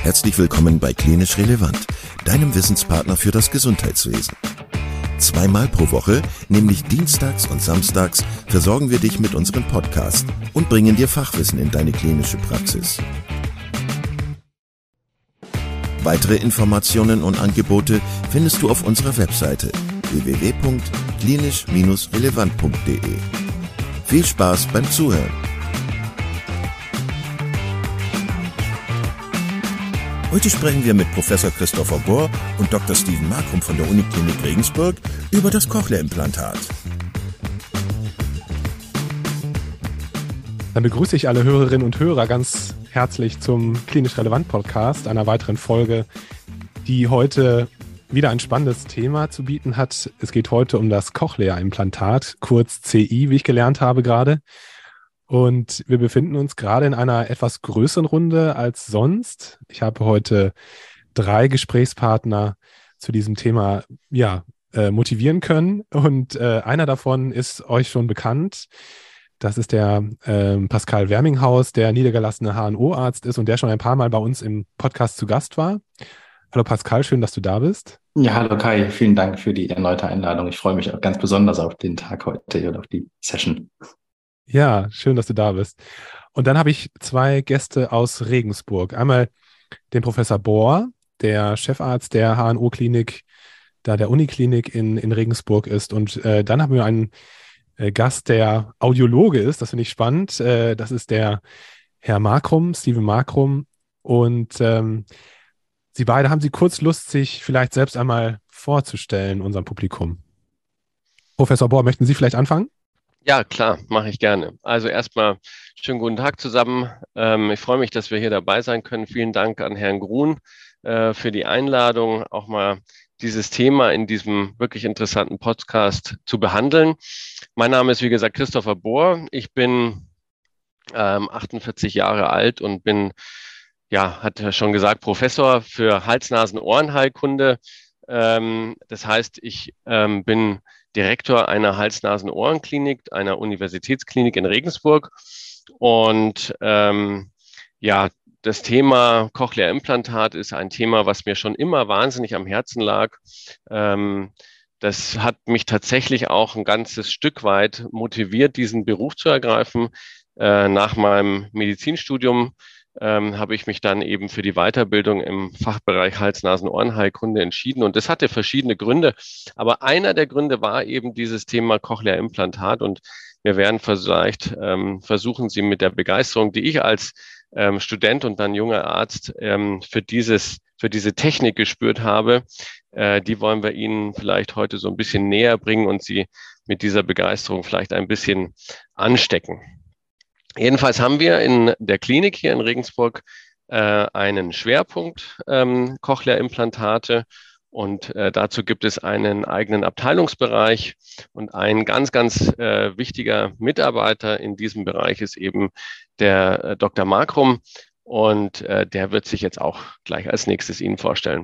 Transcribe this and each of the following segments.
Herzlich willkommen bei Klinisch Relevant, deinem Wissenspartner für das Gesundheitswesen. Zweimal pro Woche, nämlich dienstags und samstags, versorgen wir dich mit unserem Podcast und bringen dir Fachwissen in deine klinische Praxis. Weitere Informationen und Angebote findest du auf unserer Webseite www.klinisch-relevant.de. Viel Spaß beim Zuhören! Heute sprechen wir mit Professor Christopher Bohr und Dr. Steven Markrum von der Uniklinik Regensburg über das Cochlea-Implantat. Dann begrüße ich alle Hörerinnen und Hörer ganz herzlich zum Klinisch Relevant Podcast, einer weiteren Folge, die heute wieder ein spannendes Thema zu bieten hat. Es geht heute um das Cochlea-Implantat, kurz CI, wie ich gelernt habe gerade. Und wir befinden uns gerade in einer etwas größeren Runde als sonst. Ich habe heute 3 Gesprächspartner zu diesem Thema motivieren können. Und einer davon ist euch schon bekannt. Das ist der Pascal Werminghaus, der niedergelassene HNO-Arzt ist und der schon ein paar Mal bei uns im Podcast zu Gast war. Hallo Pascal, schön, dass du da bist. Ja, hallo Kai, vielen Dank für die erneute Einladung. Ich freue mich auch ganz besonders auf den Tag heute und auf die Session. Ja, schön, dass du da bist. Und dann habe ich 2 Gäste aus Regensburg. Einmal den Professor Bohr, der Chefarzt der HNO-Klinik, da der Uniklinik in Regensburg ist. Und dann haben wir einen Gast, der Audiologe ist. Das finde ich spannend. Das ist der Herr Markrum, Steven Markrum. Und Sie beide, haben Sie kurz Lust, sich vielleicht selbst einmal vorzustellen, unserem Publikum? Professor Bohr, möchten Sie vielleicht anfangen? Ja, klar, mache ich gerne. Also erstmal schönen guten Tag zusammen. Ich freue mich, dass wir hier dabei sein können. Vielen Dank an Herrn Grun für die Einladung, auch mal dieses Thema in diesem wirklich interessanten Podcast zu behandeln. Mein Name ist, wie gesagt, Christopher Bohr. Ich bin 48 Jahre alt und bin, hat er schon gesagt, Professor für Hals-Nasen-Ohrenheilkunde. Das heißt, ich bin Direktor einer Hals-Nasen-Ohrenklinik, einer Universitätsklinik in Regensburg. Und das Thema Cochlea-Implantat ist ein Thema, was mir schon immer wahnsinnig am Herzen lag. Das hat mich tatsächlich auch ein ganzes Stück weit motiviert, diesen Beruf zu ergreifen. Nach meinem Medizinstudium habe ich mich dann eben für die Weiterbildung im Fachbereich Hals-Nasen-Ohrenheilkunde entschieden. Und das hatte verschiedene Gründe. Aber einer der Gründe war eben dieses Thema Cochlea-Implantat. Und wir werden vielleicht versuchen, Sie mit der Begeisterung, die ich als Student und dann junger Arzt für diese Technik gespürt habe, die wollen wir Ihnen vielleicht heute so ein bisschen näher bringen und Sie mit dieser Begeisterung vielleicht ein bisschen anstecken. Jedenfalls haben wir in der Klinik hier in Regensburg einen Schwerpunkt Cochlea-Implantate und dazu gibt es einen eigenen Abteilungsbereich und ein ganz, ganz wichtiger Mitarbeiter in diesem Bereich ist eben der Dr. Markrum und der wird sich jetzt auch gleich als nächstes Ihnen vorstellen.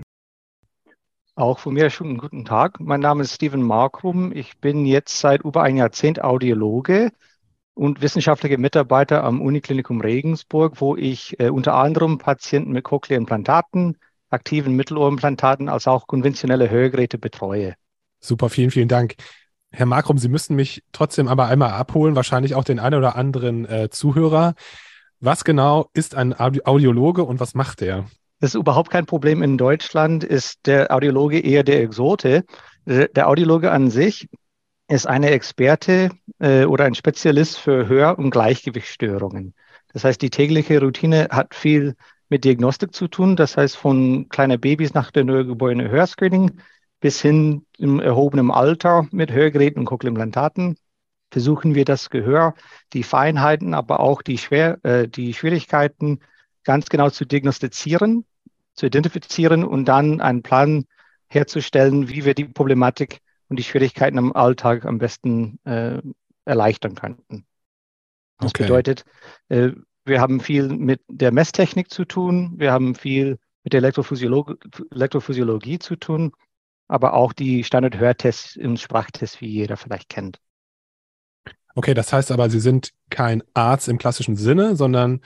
Auch von mir schon einen guten Tag. Mein Name ist Steven Markrum. Ich bin jetzt seit über ein Jahrzehnt Audiologe und wissenschaftlicher Mitarbeiter am Uniklinikum Regensburg, wo ich unter anderem Patienten mit Cochlea-Implantaten, aktiven Mittelohrimplantaten, als auch konventionelle Hörgeräte betreue. Super, vielen, vielen Dank. Herr Markrum, Sie müssen mich trotzdem aber einmal abholen, wahrscheinlich auch den einen oder anderen Zuhörer. Was genau ist ein Audiologe und was macht der? Das ist überhaupt kein Problem. In Deutschland ist der Audiologe eher der Exote. Der Audiologe an sich ist eine Experte oder ein Spezialist für Hör- und Gleichgewichtsstörungen. Das heißt, die tägliche Routine hat viel mit Diagnostik zu tun. Das heißt, von kleinen Babys nach der neugeborenen Hörscreening bis hin im erhobenen Alter mit Hörgeräten und Cochlea-Implantaten versuchen wir das Gehör, die Feinheiten, aber auch die Schwierigkeiten ganz genau zu diagnostizieren, zu identifizieren und dann einen Plan herzustellen, wie wir die Problematik und die Schwierigkeiten im Alltag am besten erleichtern könnten. Das bedeutet, wir haben viel mit der Messtechnik zu tun, wir haben viel mit der Elektrophysiologie zu tun, aber auch die Standard-Hörtests und Sprachtests, wie jeder vielleicht kennt. Okay, das heißt aber, Sie sind kein Arzt im klassischen Sinne, sondern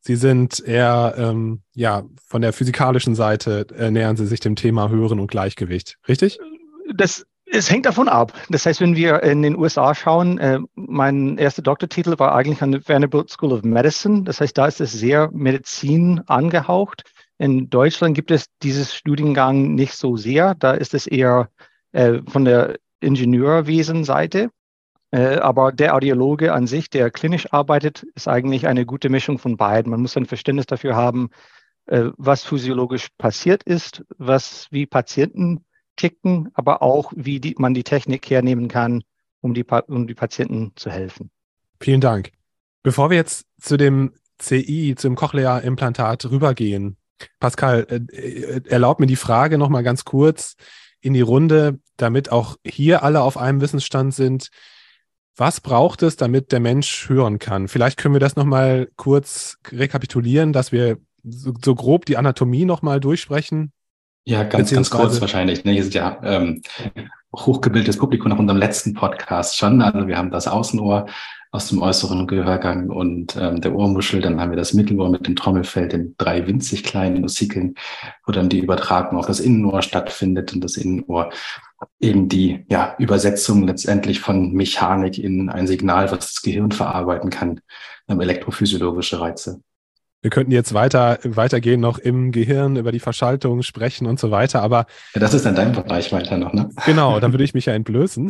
Sie sind eher von der physikalischen Seite nähern Sie sich dem Thema Hören und Gleichgewicht, richtig? Es hängt davon ab. Das heißt, wenn wir in den USA schauen, mein erster Doktortitel war eigentlich an der Vanderbilt School of Medicine. Das heißt, da ist es sehr Medizin angehaucht. In Deutschland gibt es dieses Studiengang nicht so sehr. Da ist es eher von der Ingenieurwesen-Seite. Aber der Audiologe an sich, der klinisch arbeitet, ist eigentlich eine gute Mischung von beiden. Man muss ein Verständnis dafür haben, was physiologisch passiert ist, wie Patienten ticken, aber auch, wie man die Technik hernehmen kann, um die Patienten zu helfen. Vielen Dank. Bevor wir jetzt zu dem CI, zum Cochlea-Implantat rübergehen, Pascal, erlaubt mir die Frage nochmal ganz kurz in die Runde, damit auch hier alle auf einem Wissensstand sind. Was braucht es, damit der Mensch hören kann? Vielleicht können wir das nochmal kurz rekapitulieren, dass wir so grob die Anatomie nochmal durchsprechen. Ja, ganz kurz wahrscheinlich. Ne? Hier sind ja hochgebildetes Publikum nach unserem letzten Podcast schon. Also wir haben das Außenohr aus dem äußeren Gehörgang und der Ohrmuschel. Dann haben wir das Mittelohr mit dem Trommelfell, den 3 winzig kleinen Ossikeln, wo dann die Übertragung auf das Innenohr stattfindet und das Innenohr eben die Übersetzung letztendlich von Mechanik in ein Signal, was das Gehirn verarbeiten kann, elektrophysiologische Reize. Wir könnten jetzt weitergehen noch im Gehirn über die Verschaltung sprechen und so weiter, aber... Ja, das ist dann dein Bereich weiter noch, ne? Genau, dann würde ich mich ja entblößen.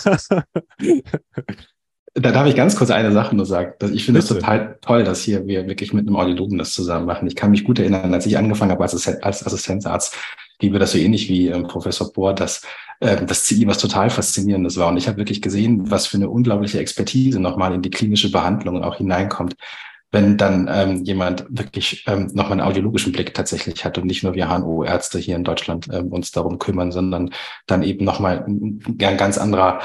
Da darf ich ganz kurz eine Sache nur sagen. Ich finde es total toll, dass hier wir wirklich mit einem Audiologen das zusammen machen. Ich kann mich gut erinnern, als ich angefangen habe als Assistenzarzt, lief mir das so ähnlich wie Professor Bohr, dass das CI was total Faszinierendes war. Und ich habe wirklich gesehen, was für eine unglaubliche Expertise nochmal in die klinische Behandlung auch hineinkommt, wenn dann jemand wirklich nochmal einen audiologischen Blick tatsächlich hat und nicht nur wir HNO-Ärzte hier in Deutschland uns darum kümmern, sondern dann eben nochmal ein ganz anderer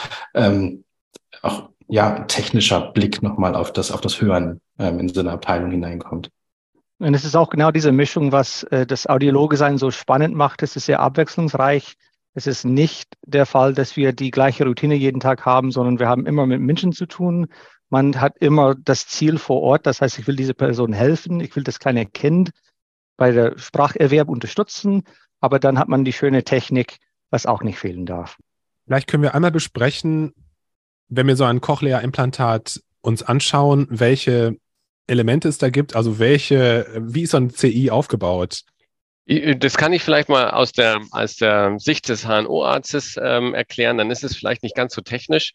technischer Blick nochmal auf das Hören in so eine Abteilung hineinkommt. Und es ist auch genau diese Mischung, was das Audiologe-Sein so spannend macht. Es ist sehr abwechslungsreich. Es ist nicht der Fall, dass wir die gleiche Routine jeden Tag haben, sondern wir haben immer mit Menschen zu tun. Man hat immer das Ziel vor Ort. Das heißt, ich will dieser Person helfen. Ich will das kleine Kind bei der Spracherwerb unterstützen. Aber dann hat man die schöne Technik, was auch nicht fehlen darf. Vielleicht können wir einmal besprechen, wenn wir so ein Cochlea-Implantat uns anschauen, welche Elemente es da gibt, also wie ist so ein CI aufgebaut? Das kann ich vielleicht mal aus der Sicht des HNO-Arztes erklären, dann ist es vielleicht nicht ganz so technisch,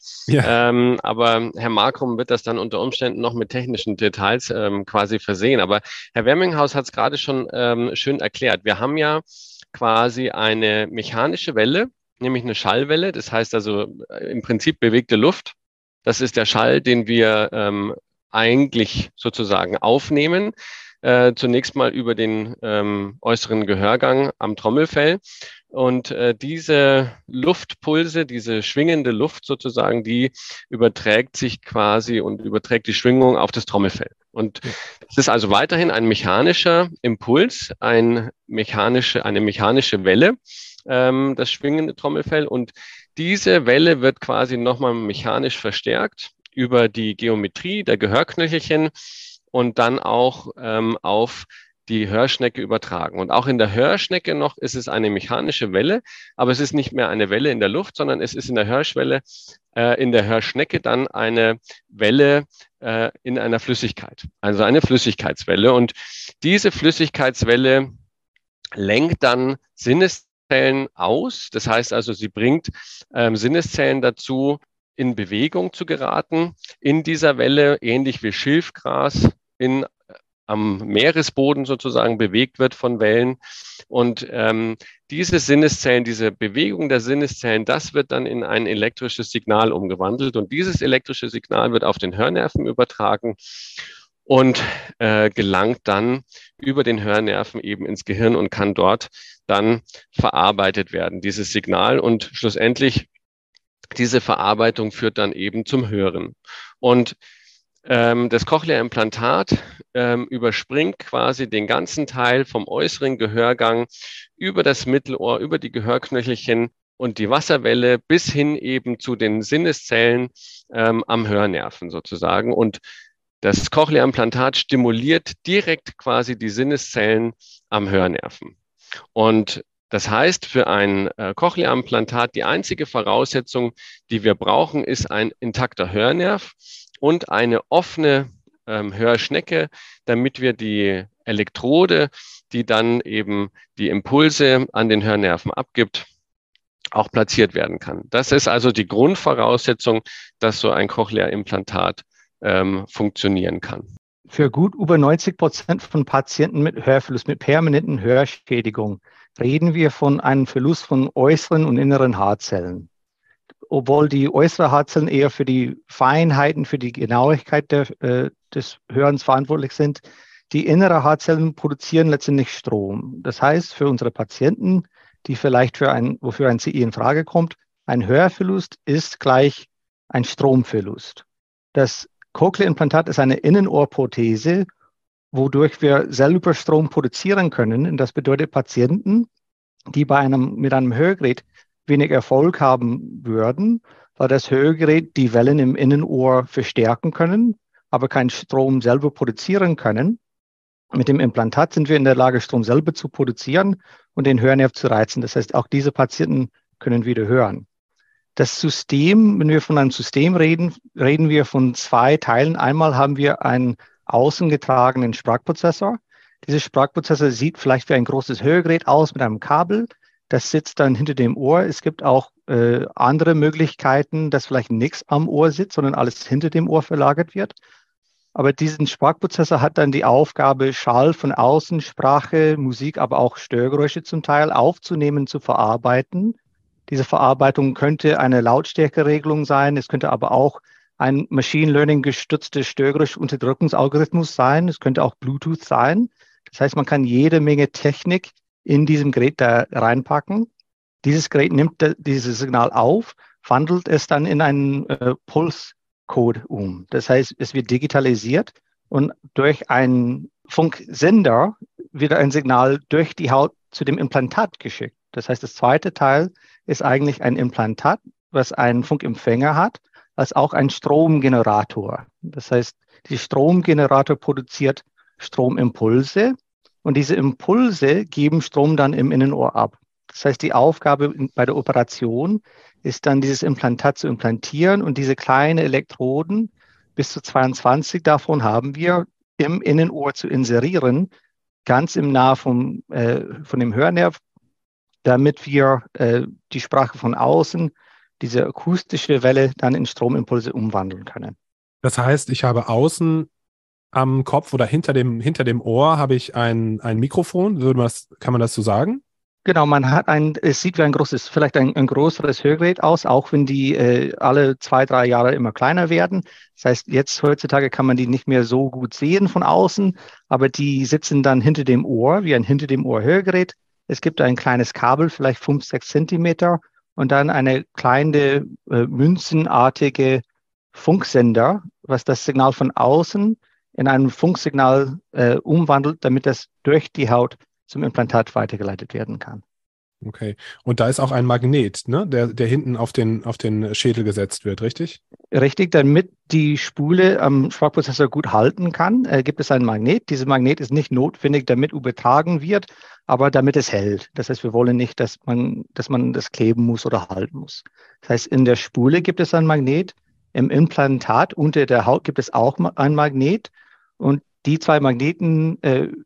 aber Herr Markrum wird das dann unter Umständen noch mit technischen Details quasi versehen. Aber Herr Werminghaus hat es gerade schon schön erklärt. Wir haben ja quasi eine mechanische Welle, nämlich eine Schallwelle, das heißt also im Prinzip bewegte Luft. Das ist der Schall, den wir eigentlich sozusagen aufnehmen. Zunächst mal über den äußeren Gehörgang am Trommelfell. Und diese Luftpulse, diese schwingende Luft sozusagen, die überträgt sich quasi und überträgt die Schwingung auf das Trommelfell. Und es ist also weiterhin ein mechanischer Impuls, eine mechanische Welle, das schwingende Trommelfell. Und diese Welle wird quasi nochmal mechanisch verstärkt über die Geometrie der Gehörknöchelchen und dann auch auf die Hörschnecke übertragen. Und auch in der Hörschnecke noch ist es eine mechanische Welle, aber es ist nicht mehr eine Welle in der Luft, sondern es ist in der Hörschnecke dann eine Welle in einer Flüssigkeit, also eine Flüssigkeitswelle. Und diese Flüssigkeitswelle lenkt dann Sinneszellen aus. Das heißt also, sie bringt Sinneszellen dazu, in Bewegung zu geraten in dieser Welle, ähnlich wie Schilfgras am Meeresboden sozusagen bewegt wird von Wellen. Und diese Sinneszellen, diese Bewegung der Sinneszellen, das wird dann in ein elektrisches Signal umgewandelt. Und dieses elektrische Signal wird auf den Hörnerven übertragen und gelangt dann über den Hörnerven eben ins Gehirn und kann dort dann verarbeitet werden, dieses Signal. Und schlussendlich diese Verarbeitung führt dann eben zum Hören. Und das Cochlea-Implantat überspringt quasi den ganzen Teil vom äußeren Gehörgang über das Mittelohr, über die Gehörknöchelchen und die Wasserwelle bis hin eben zu den Sinneszellen am Hörnerven sozusagen. Und Das Cochlea-Implantat stimuliert direkt quasi die Sinneszellen am Hörnerven. Und das heißt, für ein Cochlea-Implantat die einzige Voraussetzung, die wir brauchen, ist ein intakter Hörnerv und eine offene Hörschnecke, damit wir die Elektrode, die dann eben die Impulse an den Hörnerven abgibt, auch platziert werden kann. Das ist also die Grundvoraussetzung, dass so ein Cochlea-Implantat funktionieren kann. Für gut über 90% von Patienten mit Hörverlust, mit permanenten Hörschädigung, reden wir von einem Verlust von äußeren und inneren Haarzellen. Obwohl die äußeren Haarzellen eher für die Feinheiten, für die Genauigkeit des Hörens verantwortlich sind, die inneren Haarzellen produzieren letztendlich Strom. Das heißt, für unsere Patienten, die vielleicht wofür ein CI in Frage kommt, ein Hörverlust ist gleich ein Stromverlust. Das Cochlea-Implantat ist eine Innenohrprothese, wodurch wir selber Strom produzieren können. Und das bedeutet, Patienten, die mit einem Hörgerät wenig Erfolg haben würden, weil das Hörgerät die Wellen im Innenohr verstärken können, aber keinen Strom selber produzieren können. Mit dem Implantat sind wir in der Lage, Strom selber zu produzieren und den Hörnerv zu reizen. Das heißt, auch diese Patienten können wieder hören. Das System, wenn wir von einem System reden, reden wir von zwei Teilen. Einmal haben wir einen außengetragenen Sprachprozessor. Dieser Sprachprozessor sieht vielleicht wie ein großes Hörgerät aus mit einem Kabel. Das sitzt dann hinter dem Ohr. Es gibt auch andere Möglichkeiten, dass vielleicht nichts am Ohr sitzt, sondern alles hinter dem Ohr verlagert wird. Aber diesen Sprachprozessor hat dann die Aufgabe, Schall von außen, Sprache, Musik, aber auch Störgeräusche zum Teil aufzunehmen, zu verarbeiten. Diese Verarbeitung könnte eine Lautstärkeregelung sein. Es könnte aber auch ein Machine Learning gestützter Störgeräuschunterdrückungsalgorithmus sein. Es könnte auch Bluetooth sein. Das heißt, man kann jede Menge Technik in diesem Gerät da reinpacken. Dieses Gerät nimmt dieses Signal auf, wandelt es dann in einen Pulscode um. Das heißt, es wird digitalisiert und durch einen Funksender wird ein Signal durch die Haut zu dem Implantat geschickt. Das heißt, das zweite Teil ist eigentlich ein Implantat, was einen Funkempfänger hat, als auch ein Stromgenerator. Das heißt, der Stromgenerator produziert Stromimpulse und diese Impulse geben Strom dann im Innenohr ab. Das heißt, die Aufgabe bei der Operation ist dann, dieses Implantat zu implantieren und diese kleinen Elektroden, bis zu 22 davon haben wir, im Innenohr zu inserieren, ganz im Nahe von dem Hörnerv, damit wir die Sprache von außen, diese akustische Welle, dann in Stromimpulse umwandeln können. Das heißt, ich habe außen am Kopf oder hinter dem Ohr habe ich ein Mikrofon, kann man das so sagen? Genau, es sieht wie vielleicht ein größeres Hörgerät aus, auch wenn die alle 2-3 Jahre immer kleiner werden. Das heißt, heutzutage kann man die nicht mehr so gut sehen von außen, aber die sitzen dann hinter dem Ohr, wie ein hinter dem Ohr Hörgerät. Es gibt ein kleines Kabel, vielleicht 5-6 Zentimeter und dann eine kleine münzenartige Funksender, was das Signal von außen in einem Funksignal umwandelt, damit das durch die Haut zum Implantat weitergeleitet werden kann. Okay. Und da ist auch ein Magnet, ne, der hinten auf den Schädel gesetzt wird, richtig? Richtig, damit die Spule am Sprachprozessor gut halten kann, gibt es ein Magnet. Dieser Magnet ist nicht notwendig, damit übertragen wird, aber damit es hält. Das heißt, wir wollen nicht, dass man das kleben muss oder halten muss. Das heißt, in der Spule gibt es ein Magnet. Im Implantat unter der Haut gibt es auch ein Magnet. Und die zwei Magneten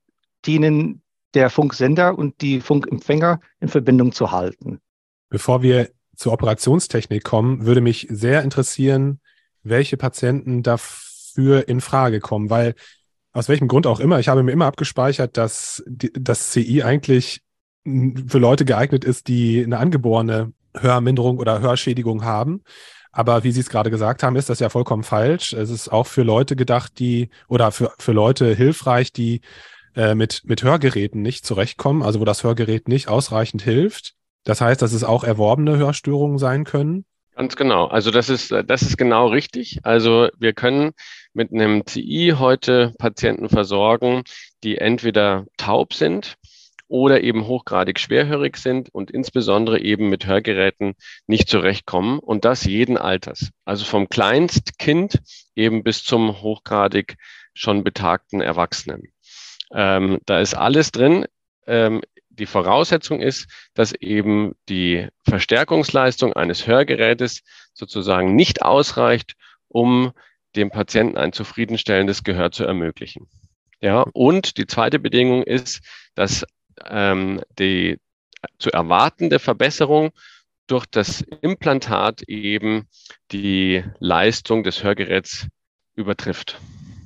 dienen der Funksender und die Funkempfänger in Verbindung zu halten. Bevor wir zur Operationstechnik kommen, würde mich sehr interessieren, welche Patienten dafür in Frage kommen, weil aus welchem Grund auch immer, ich habe mir immer abgespeichert, dass das CI eigentlich für Leute geeignet ist, die eine angeborene Hörminderung oder Hörschädigung haben. Aber wie Sie es gerade gesagt haben, ist das ja vollkommen falsch. Es ist auch für Leute gedacht, für Leute hilfreich, die mit Hörgeräten nicht zurechtkommen, also wo das Hörgerät nicht ausreichend hilft. Das heißt, dass es auch erworbene Hörstörungen sein können? Ganz genau. Also das ist genau richtig. Also wir können mit einem CI heute Patienten versorgen, die entweder taub sind oder eben hochgradig schwerhörig sind und insbesondere eben mit Hörgeräten nicht zurechtkommen und das jeden Alters. Also vom Kleinstkind eben bis zum hochgradig schon betagten Erwachsenen. Da ist alles drin. Die Voraussetzung ist, dass eben die Verstärkungsleistung eines Hörgerätes sozusagen nicht ausreicht, um dem Patienten ein zufriedenstellendes Gehör zu ermöglichen. Ja, und die zweite Bedingung ist, dass die zu erwartende Verbesserung durch das Implantat eben die Leistung des Hörgeräts übertrifft.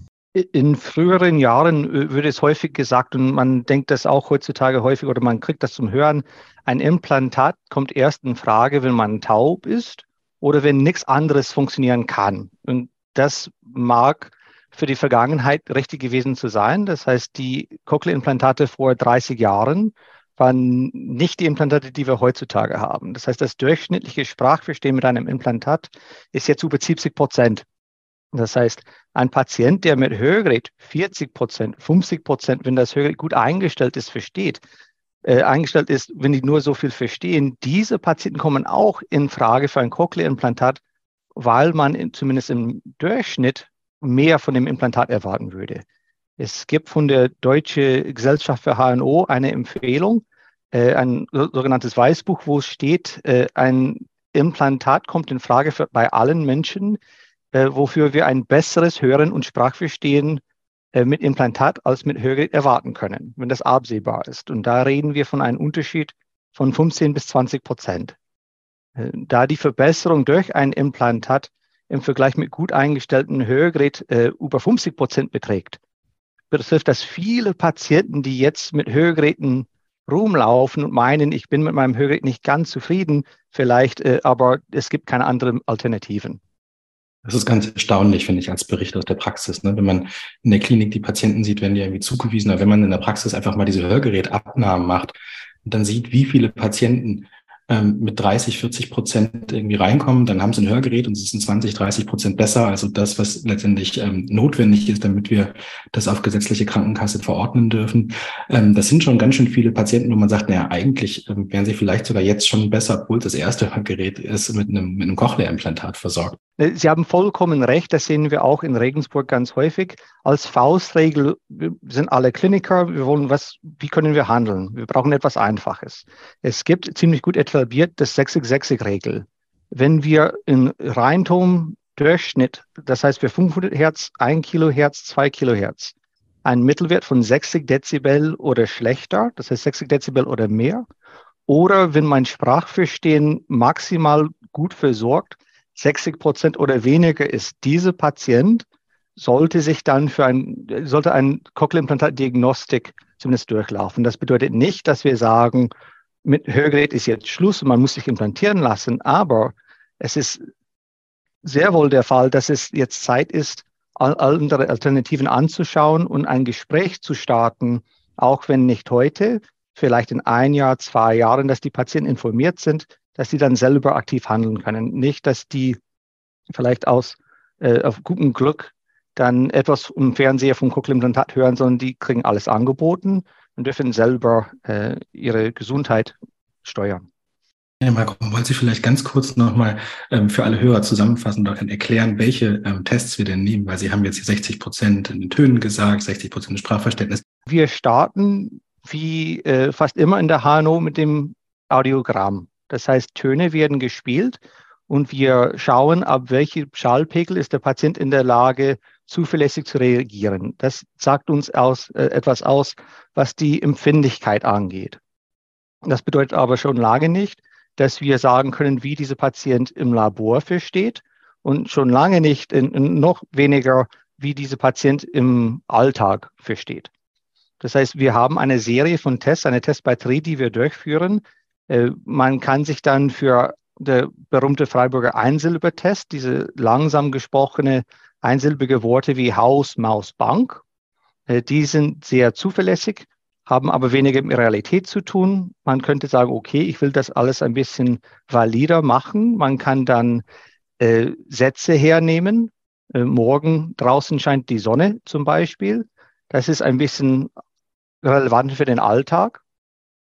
In früheren Jahren würde es häufig gesagt, und man denkt das auch heutzutage häufig oder man kriegt das zum Hören, ein Implantat kommt erst in Frage, wenn man taub ist oder wenn nichts anderes funktionieren kann. Und das mag für die Vergangenheit richtig gewesen zu sein. Das heißt, die Cochlea-Implantate vor 30 Jahren waren nicht die Implantate, die wir heutzutage haben. Das heißt, das durchschnittliche Sprachverstehen mit einem Implantat ist jetzt über 70%. Das heißt, ein Patient, der mit Hörgerät 40%, 50%, wenn das Hörgerät gut eingestellt ist, eingestellt ist, wenn die nur so viel verstehen, diese Patienten kommen auch in Frage für ein Cochlea-Implantat, weil man zumindest im Durchschnitt mehr von dem Implantat erwarten würde. Es gibt von der Deutschen Gesellschaft für HNO eine Empfehlung, ein sogenanntes Weißbuch, wo steht, ein Implantat kommt in Frage bei allen Menschen, wofür wir ein besseres Hören und Sprachverstehen mit Implantat als mit Hörgerät erwarten können, wenn das absehbar ist. Und da reden wir von einem Unterschied von 15-20%. Da die Verbesserung durch ein Implantat im Vergleich mit gut eingestellten Hörgerät über 50% beträgt, betrifft das viele Patienten, die jetzt mit Hörgeräten rumlaufen und meinen, ich bin mit meinem Hörgerät nicht ganz zufrieden, vielleicht, aber es gibt keine anderen Alternativen. Das ist ganz erstaunlich, finde ich, als Bericht aus der Praxis. Ne? Wenn man in der Klinik die Patienten sieht, werden die irgendwie zugewiesen. Aber wenn man in der Praxis einfach mal diese Hörgerätabnahmen macht und dann sieht, wie viele Patienten mit 30-40% irgendwie reinkommen, dann haben sie ein Hörgerät und sie sind 20-30% besser. Also das, was letztendlich notwendig ist, damit wir das auf gesetzliche Krankenkasse verordnen dürfen. Das sind schon ganz schön viele Patienten, wo man sagt, naja, eigentlich wären sie vielleicht sogar jetzt schon besser, obwohl das erste Hörgerät ist mit einem Cochlea-Implantat versorgt. Sie haben vollkommen recht, das sehen wir auch in Regensburg ganz häufig. Als Faustregel, wir sind alle Kliniker, wir wollen wie können wir handeln? Wir brauchen etwas Einfaches. Es gibt ziemlich gut etabliert das 60-60-Regel. Wenn wir in Reinton Durchschnitt, das heißt für 500 Hertz, 1 Kilohertz, 2 Kilohertz, einen Mittelwert von 60 Dezibel oder schlechter, das heißt 60 Dezibel oder mehr, oder wenn mein Sprachverstehen maximal gut versorgt, 60% oder weniger ist, dieser Patient sollte ein Cochlea-Implantat-Diagnostik zumindest durchlaufen. Das bedeutet nicht, dass wir sagen, mit Hörgerät ist jetzt Schluss und man muss sich implantieren lassen, aber es ist sehr wohl der Fall, dass es jetzt Zeit ist, andere Alternativen anzuschauen und ein Gespräch zu starten, auch wenn nicht heute, vielleicht in 1 Jahr, 2 Jahren, dass die Patienten informiert sind, dass sie dann selber aktiv handeln können. Nicht, dass die vielleicht auf gutem Glück dann etwas im Fernseher vom Cochlea-Implantat hören, sondern die kriegen alles angeboten und dürfen selber ihre Gesundheit steuern. Ja, Marco, wollen Sie vielleicht ganz kurz nochmal für alle Hörer zusammenfassen und erklären, welche Tests wir denn nehmen? Weil Sie haben jetzt hier 60% in den Tönen gesagt, 60% im Sprachverständnis. Wir starten wie fast immer in der HNO mit dem Audiogramm. Das heißt, Töne werden gespielt und wir schauen, ab welchem Schallpegel ist der Patient in der Lage, zuverlässig zu reagieren. Das sagt uns etwas aus, was die Empfindlichkeit angeht. Das bedeutet aber schon lange nicht, dass wir sagen können, wie dieser Patient im Labor versteht und schon lange nicht, noch weniger, wie dieser Patient im Alltag versteht. Das heißt, wir haben eine Serie von Tests, eine Testbatterie, die wir durchführen. Man kann sich dann für der berühmte Freiburger Einsilbertest, diese langsam gesprochene einsilbige Worte wie Haus, Maus, Bank, die sind sehr zuverlässig, haben aber weniger mit Realität zu tun. Man könnte sagen, okay, ich will das alles ein bisschen valider machen. Man kann dann Sätze hernehmen. Morgen draußen scheint die Sonne zum Beispiel. Das ist ein bisschen relevant für den Alltag.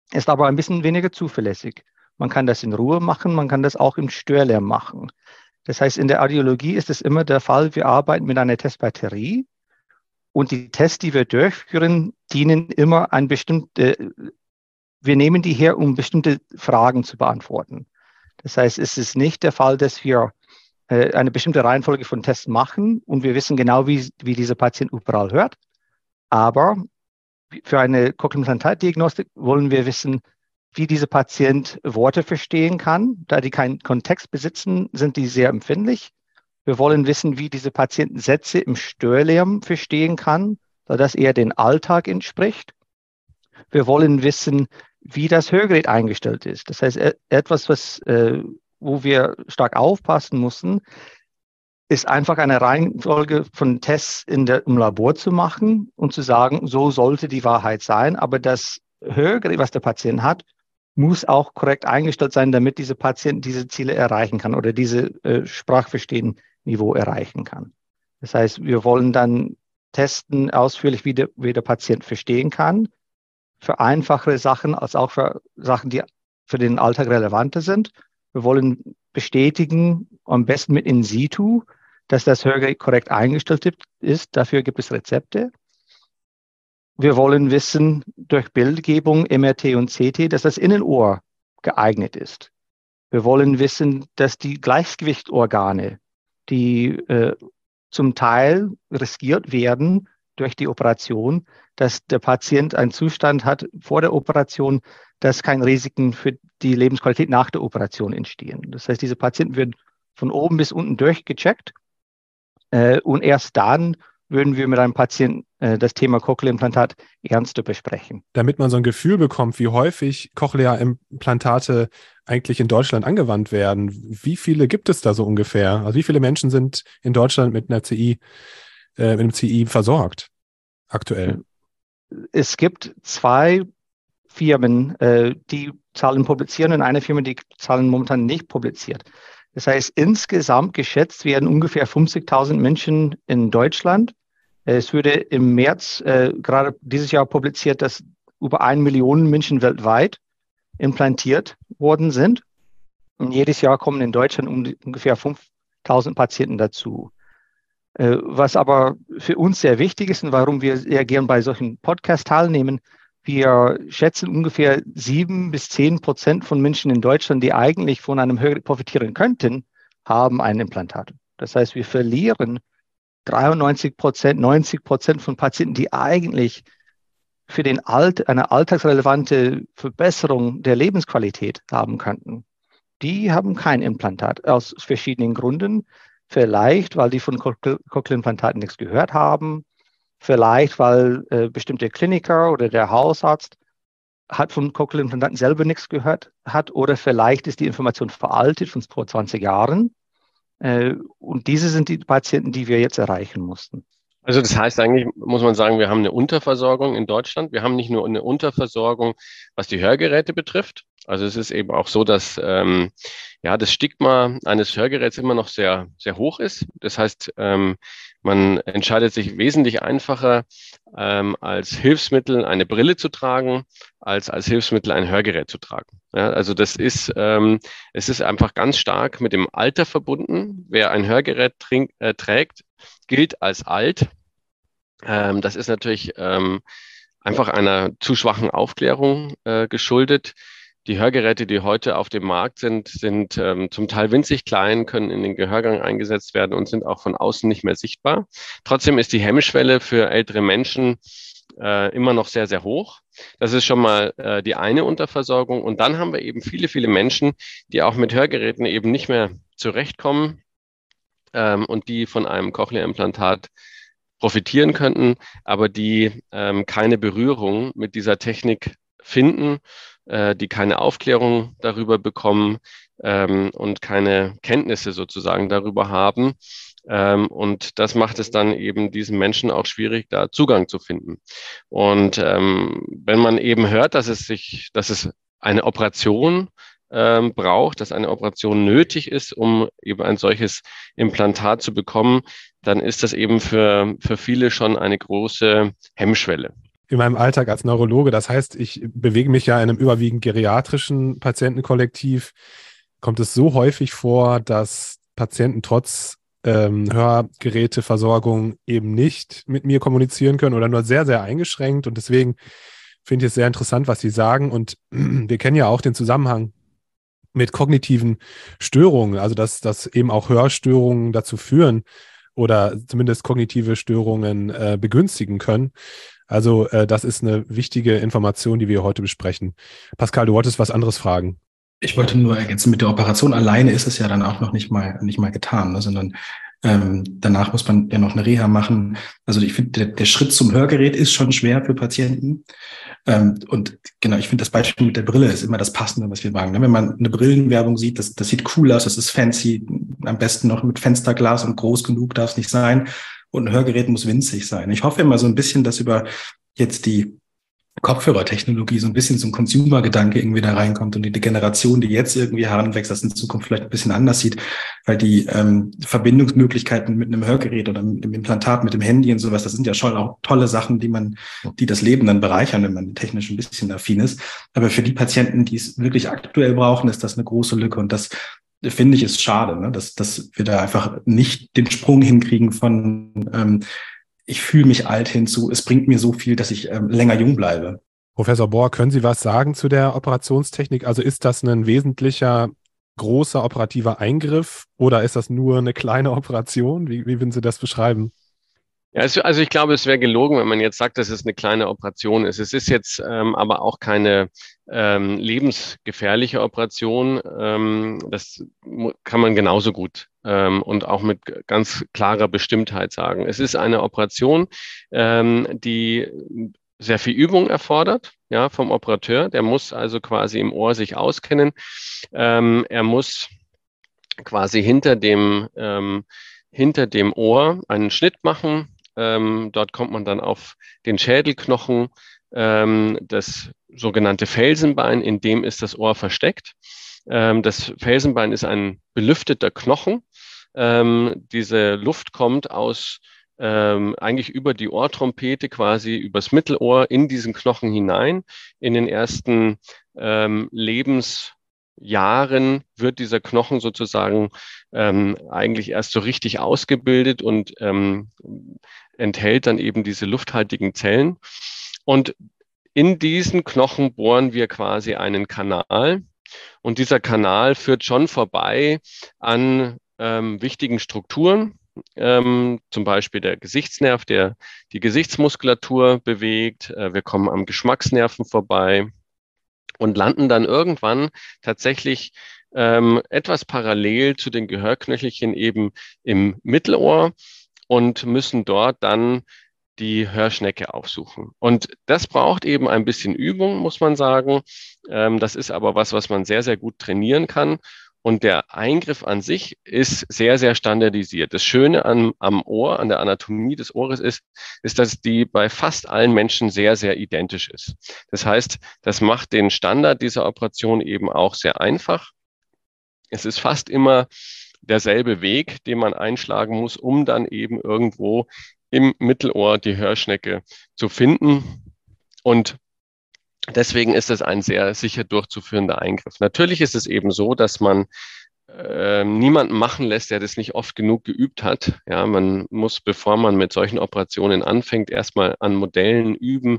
ist aber ein bisschen weniger zuverlässig. Man kann das in Ruhe machen, man kann das auch im Störlärm machen. Das heißt, in der Audiologie ist es immer der Fall, wir arbeiten mit einer Testbatterie und die Tests, die wir durchführen, dienen immer wir nehmen die her, um bestimmte Fragen zu beantworten. Das heißt, es ist nicht der Fall, dass wir eine bestimmte Reihenfolge von Tests machen und wir wissen genau, wie dieser Patient überall hört. Aber für eine Cochlear-Implantat-Diagnostik wollen wir wissen, wie dieser Patient Worte verstehen kann. Da die keinen Kontext besitzen, sind die sehr empfindlich. Wir wollen wissen, wie dieser Patient Sätze im Störlärm verstehen kann, da das eher den Alltag entspricht. Wir wollen wissen, wie das Hörgerät eingestellt ist. Das heißt, etwas, wo wir stark aufpassen müssen, ist einfach eine Reihenfolge von Tests im Labor zu machen und zu sagen, so sollte die Wahrheit sein. Aber das Hörgerät, was der Patient hat, muss auch korrekt eingestellt sein, damit dieser Patient diese Ziele erreichen kann oder diese Sprachverstehen-Niveau erreichen kann. Das heißt, wir wollen dann testen ausführlich, wie der Patient verstehen kann, für einfachere Sachen als auch für Sachen, die für den Alltag relevanter sind. Wir wollen bestätigen, am besten mit in situ, dass das Hörgerät korrekt eingestellt ist. Dafür gibt es Rezepte. Wir wollen wissen, durch Bildgebung, MRT und CT, dass das Innenohr geeignet ist. Wir wollen wissen, dass die Gleichgewichtsorgane, die zum Teil riskiert werden durch die Operation, dass der Patient einen Zustand hat vor der Operation, dass keine Risiken für die Lebensqualität nach der Operation entstehen. Das heißt, diese Patienten werden von oben bis unten durchgecheckt und erst dann würden wir mit einem Patienten das Thema Cochlear-Implantat ernster besprechen. Damit man so ein Gefühl bekommt, wie häufig Cochlear-Implantate eigentlich in Deutschland angewandt werden, wie viele gibt es da so ungefähr? Also wie viele Menschen sind in Deutschland mit einem CI versorgt aktuell? Es gibt 2 Firmen, die Zahlen publizieren und eine Firma, die Zahlen momentan nicht publiziert. Das heißt, insgesamt geschätzt werden ungefähr 50.000 Menschen in Deutschland. Es wurde im März gerade dieses Jahr publiziert, dass über 1 Million Menschen weltweit implantiert worden sind. Und jedes Jahr kommen in Deutschland ungefähr 5.000 Patienten dazu. Was aber für uns sehr wichtig ist und warum wir sehr gern bei solchen Podcasts teilnehmen, wir schätzen ungefähr 7-10% von Menschen in Deutschland, die eigentlich von einem Hörgerät profitieren könnten, haben ein Implantat. Das heißt, wir verlieren 93%, 90% von Patienten, die eigentlich für eine alltagsrelevante Verbesserung der Lebensqualität haben könnten. Die haben kein Implantat aus verschiedenen Gründen. Vielleicht, weil die von Cochlear-Implantaten nichts gehört haben. Vielleicht, weil bestimmte Kliniker oder der Hausarzt hat von Cochlear-Implantaten selber nichts gehört hat. Oder vielleicht ist die Information veraltet von vor 20 Jahren. Und diese sind die Patienten, die wir jetzt erreichen mussten. Also das heißt eigentlich, muss man sagen, wir haben eine Unterversorgung in Deutschland. Wir haben nicht nur eine Unterversorgung, was die Hörgeräte betrifft. Also es ist eben auch so, dass das Stigma eines Hörgeräts immer noch sehr, sehr hoch ist. Das heißt, man entscheidet sich wesentlich einfacher, als Hilfsmittel eine Brille zu tragen, als Hilfsmittel ein Hörgerät zu tragen. Ja, also das ist, es ist einfach ganz stark mit dem Alter verbunden. Wer ein Hörgerät trägt, gilt als alt. Das ist natürlich einfach einer zu schwachen Aufklärung geschuldet. Die Hörgeräte, die heute auf dem Markt sind zum Teil winzig klein, können in den Gehörgang eingesetzt werden und sind auch von außen nicht mehr sichtbar. Trotzdem ist die Hemmschwelle für ältere Menschen immer noch sehr, sehr hoch. Das ist schon mal die eine Unterversorgung. Und dann haben wir eben viele, viele Menschen, die auch mit Hörgeräten eben nicht mehr zurechtkommen und die von einem Cochlear-Implantat profitieren könnten, aber die keine Berührung mit dieser Technik finden, die keine Aufklärung darüber bekommen und keine Kenntnisse sozusagen darüber haben. Und das macht es dann eben diesen Menschen auch schwierig, da Zugang zu finden. Und wenn man eben hört, dass es eine Operation braucht, dass eine Operation nötig ist, um eben ein solches Implantat zu bekommen, dann ist das eben für viele schon eine große Hemmschwelle. in meinem Alltag als Neurologe. Das heißt, ich bewege mich ja in einem überwiegend geriatrischen Patientenkollektiv. Kommt es so häufig vor, dass Patienten trotz Hörgeräteversorgung eben nicht mit mir kommunizieren können oder nur sehr, sehr eingeschränkt. Und deswegen finde ich es sehr interessant, was Sie sagen. Und wir kennen ja auch den Zusammenhang mit kognitiven Störungen, also dass eben auch Hörstörungen dazu führen oder zumindest kognitive Störungen begünstigen können. Also das ist eine wichtige Information, die wir heute besprechen. Pascal, du wolltest was anderes fragen. Ich wollte nur ergänzen, mit der Operation alleine ist es ja dann auch noch nicht mal getan, ne, sondern danach muss man ja noch eine Reha machen. Also ich finde, der Schritt zum Hörgerät ist schon schwer für Patienten. Und genau, ich finde, das Beispiel mit der Brille ist immer das Passende, was wir sagen. Wenn man eine Brillenwerbung sieht, das sieht cool aus, das ist fancy, am besten noch mit Fensterglas und groß genug darf es nicht sein. Und ein Hörgerät muss winzig sein. Ich hoffe immer so ein bisschen, dass über jetzt die Kopfhörertechnologie so ein bisschen so ein Consumer-Gedanke irgendwie da reinkommt und die Generation, die jetzt irgendwie heranwächst, das in Zukunft vielleicht ein bisschen anders sieht, weil die Verbindungsmöglichkeiten mit einem Hörgerät oder mit dem Implantat, mit dem Handy und sowas, das sind ja schon auch tolle Sachen, die das Leben dann bereichern, wenn man technisch ein bisschen affin ist. Aber für die Patienten, die es wirklich aktuell brauchen, ist das eine große Lücke und das finde ich ist schade, ne? Dass wir da einfach nicht den Sprung hinkriegen von ich fühle mich alt hinzu, es bringt mir so viel, dass ich länger jung bleibe. Professor Bohr, können Sie was sagen zu der Operationstechnik? Also ist das ein wesentlicher, großer operativer Eingriff oder ist das nur eine kleine Operation? Wie würden Sie das beschreiben? Ja, also ich glaube, es wäre gelogen, wenn man jetzt sagt, dass es eine kleine Operation ist. Es ist jetzt aber auch keine lebensgefährliche Operation. Das kann man genauso gut und auch mit ganz klarer Bestimmtheit sagen. Es ist eine Operation, die sehr viel Übung erfordert, ja, vom Operateur. Der muss also quasi im Ohr sich auskennen. Er muss quasi hinter dem Ohr einen Schnitt machen. Dort kommt man dann auf den Schädelknochen, das sogenannte Felsenbein, in dem ist das Ohr versteckt. Das Felsenbein ist ein belüfteter Knochen. Diese Luft kommt aus eigentlich über die Ohrtrompete, quasi übers Mittelohr in diesen Knochen hinein. In den ersten Lebensjahren wird dieser Knochen sozusagen eigentlich erst so richtig ausgebildet und enthält dann eben diese lufthaltigen Zellen. Und in diesen Knochen bohren wir quasi einen Kanal. Und dieser Kanal führt schon vorbei an wichtigen Strukturen, zum Beispiel der Gesichtsnerv, der die Gesichtsmuskulatur bewegt. Wir kommen am Geschmacksnerven vorbei und landen dann irgendwann tatsächlich etwas parallel zu den Gehörknöchelchen eben im Mittelohr und müssen dort dann die Hörschnecke aufsuchen. Und das braucht eben ein bisschen Übung, muss man sagen. Das ist aber was man sehr, sehr gut trainieren kann. Und der Eingriff an sich ist sehr, sehr standardisiert. Das Schöne am Ohr, an der Anatomie des Ohres ist, dass die bei fast allen Menschen sehr, sehr identisch ist. Das heißt, das macht den Standard dieser Operation eben auch sehr einfach. Es ist fast immer derselbe Weg, den man einschlagen muss, um dann eben irgendwo im Mittelohr die Hörschnecke zu finden. Und deswegen ist es ein sehr sicher durchzuführender Eingriff. Natürlich ist es eben so, dass man niemanden machen lässt, der das nicht oft genug geübt hat. Ja, man muss, bevor man mit solchen Operationen anfängt, erstmal an Modellen üben.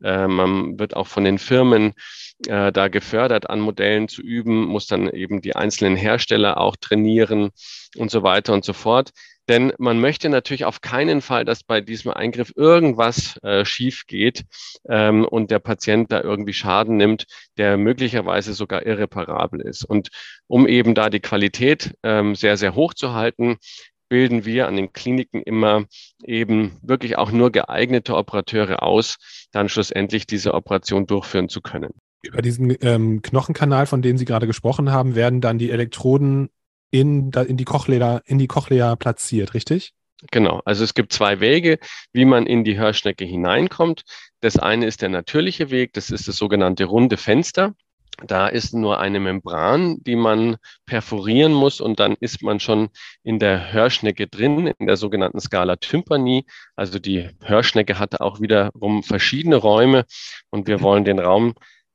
Man wird auch von den Firmen da gefördert, an Modellen zu üben, muss dann eben die einzelnen Hersteller auch trainieren und so weiter und so fort. Denn man möchte natürlich auf keinen Fall, dass bei diesem Eingriff irgendwas schief geht und der Patient da irgendwie Schaden nimmt, der möglicherweise sogar irreparabel ist. Und um eben da die Qualität sehr, sehr hoch zu halten, bilden wir an den Kliniken immer eben wirklich auch nur geeignete Operateure aus, dann schlussendlich diese Operation durchführen zu können. Über diesen Knochenkanal, von dem Sie gerade gesprochen haben, werden dann die Elektroden in die Cochlea platziert, richtig? Genau, also es gibt zwei Wege, wie man in die Hörschnecke hineinkommt. Das eine ist der natürliche Weg, das ist das sogenannte runde Fenster. Da ist nur eine Membran, die man perforieren muss und dann ist man schon in der Hörschnecke drin, in der sogenannten Scala tympani. Also die Hörschnecke hat auch wiederum verschiedene Räume und wir wollen den Raum,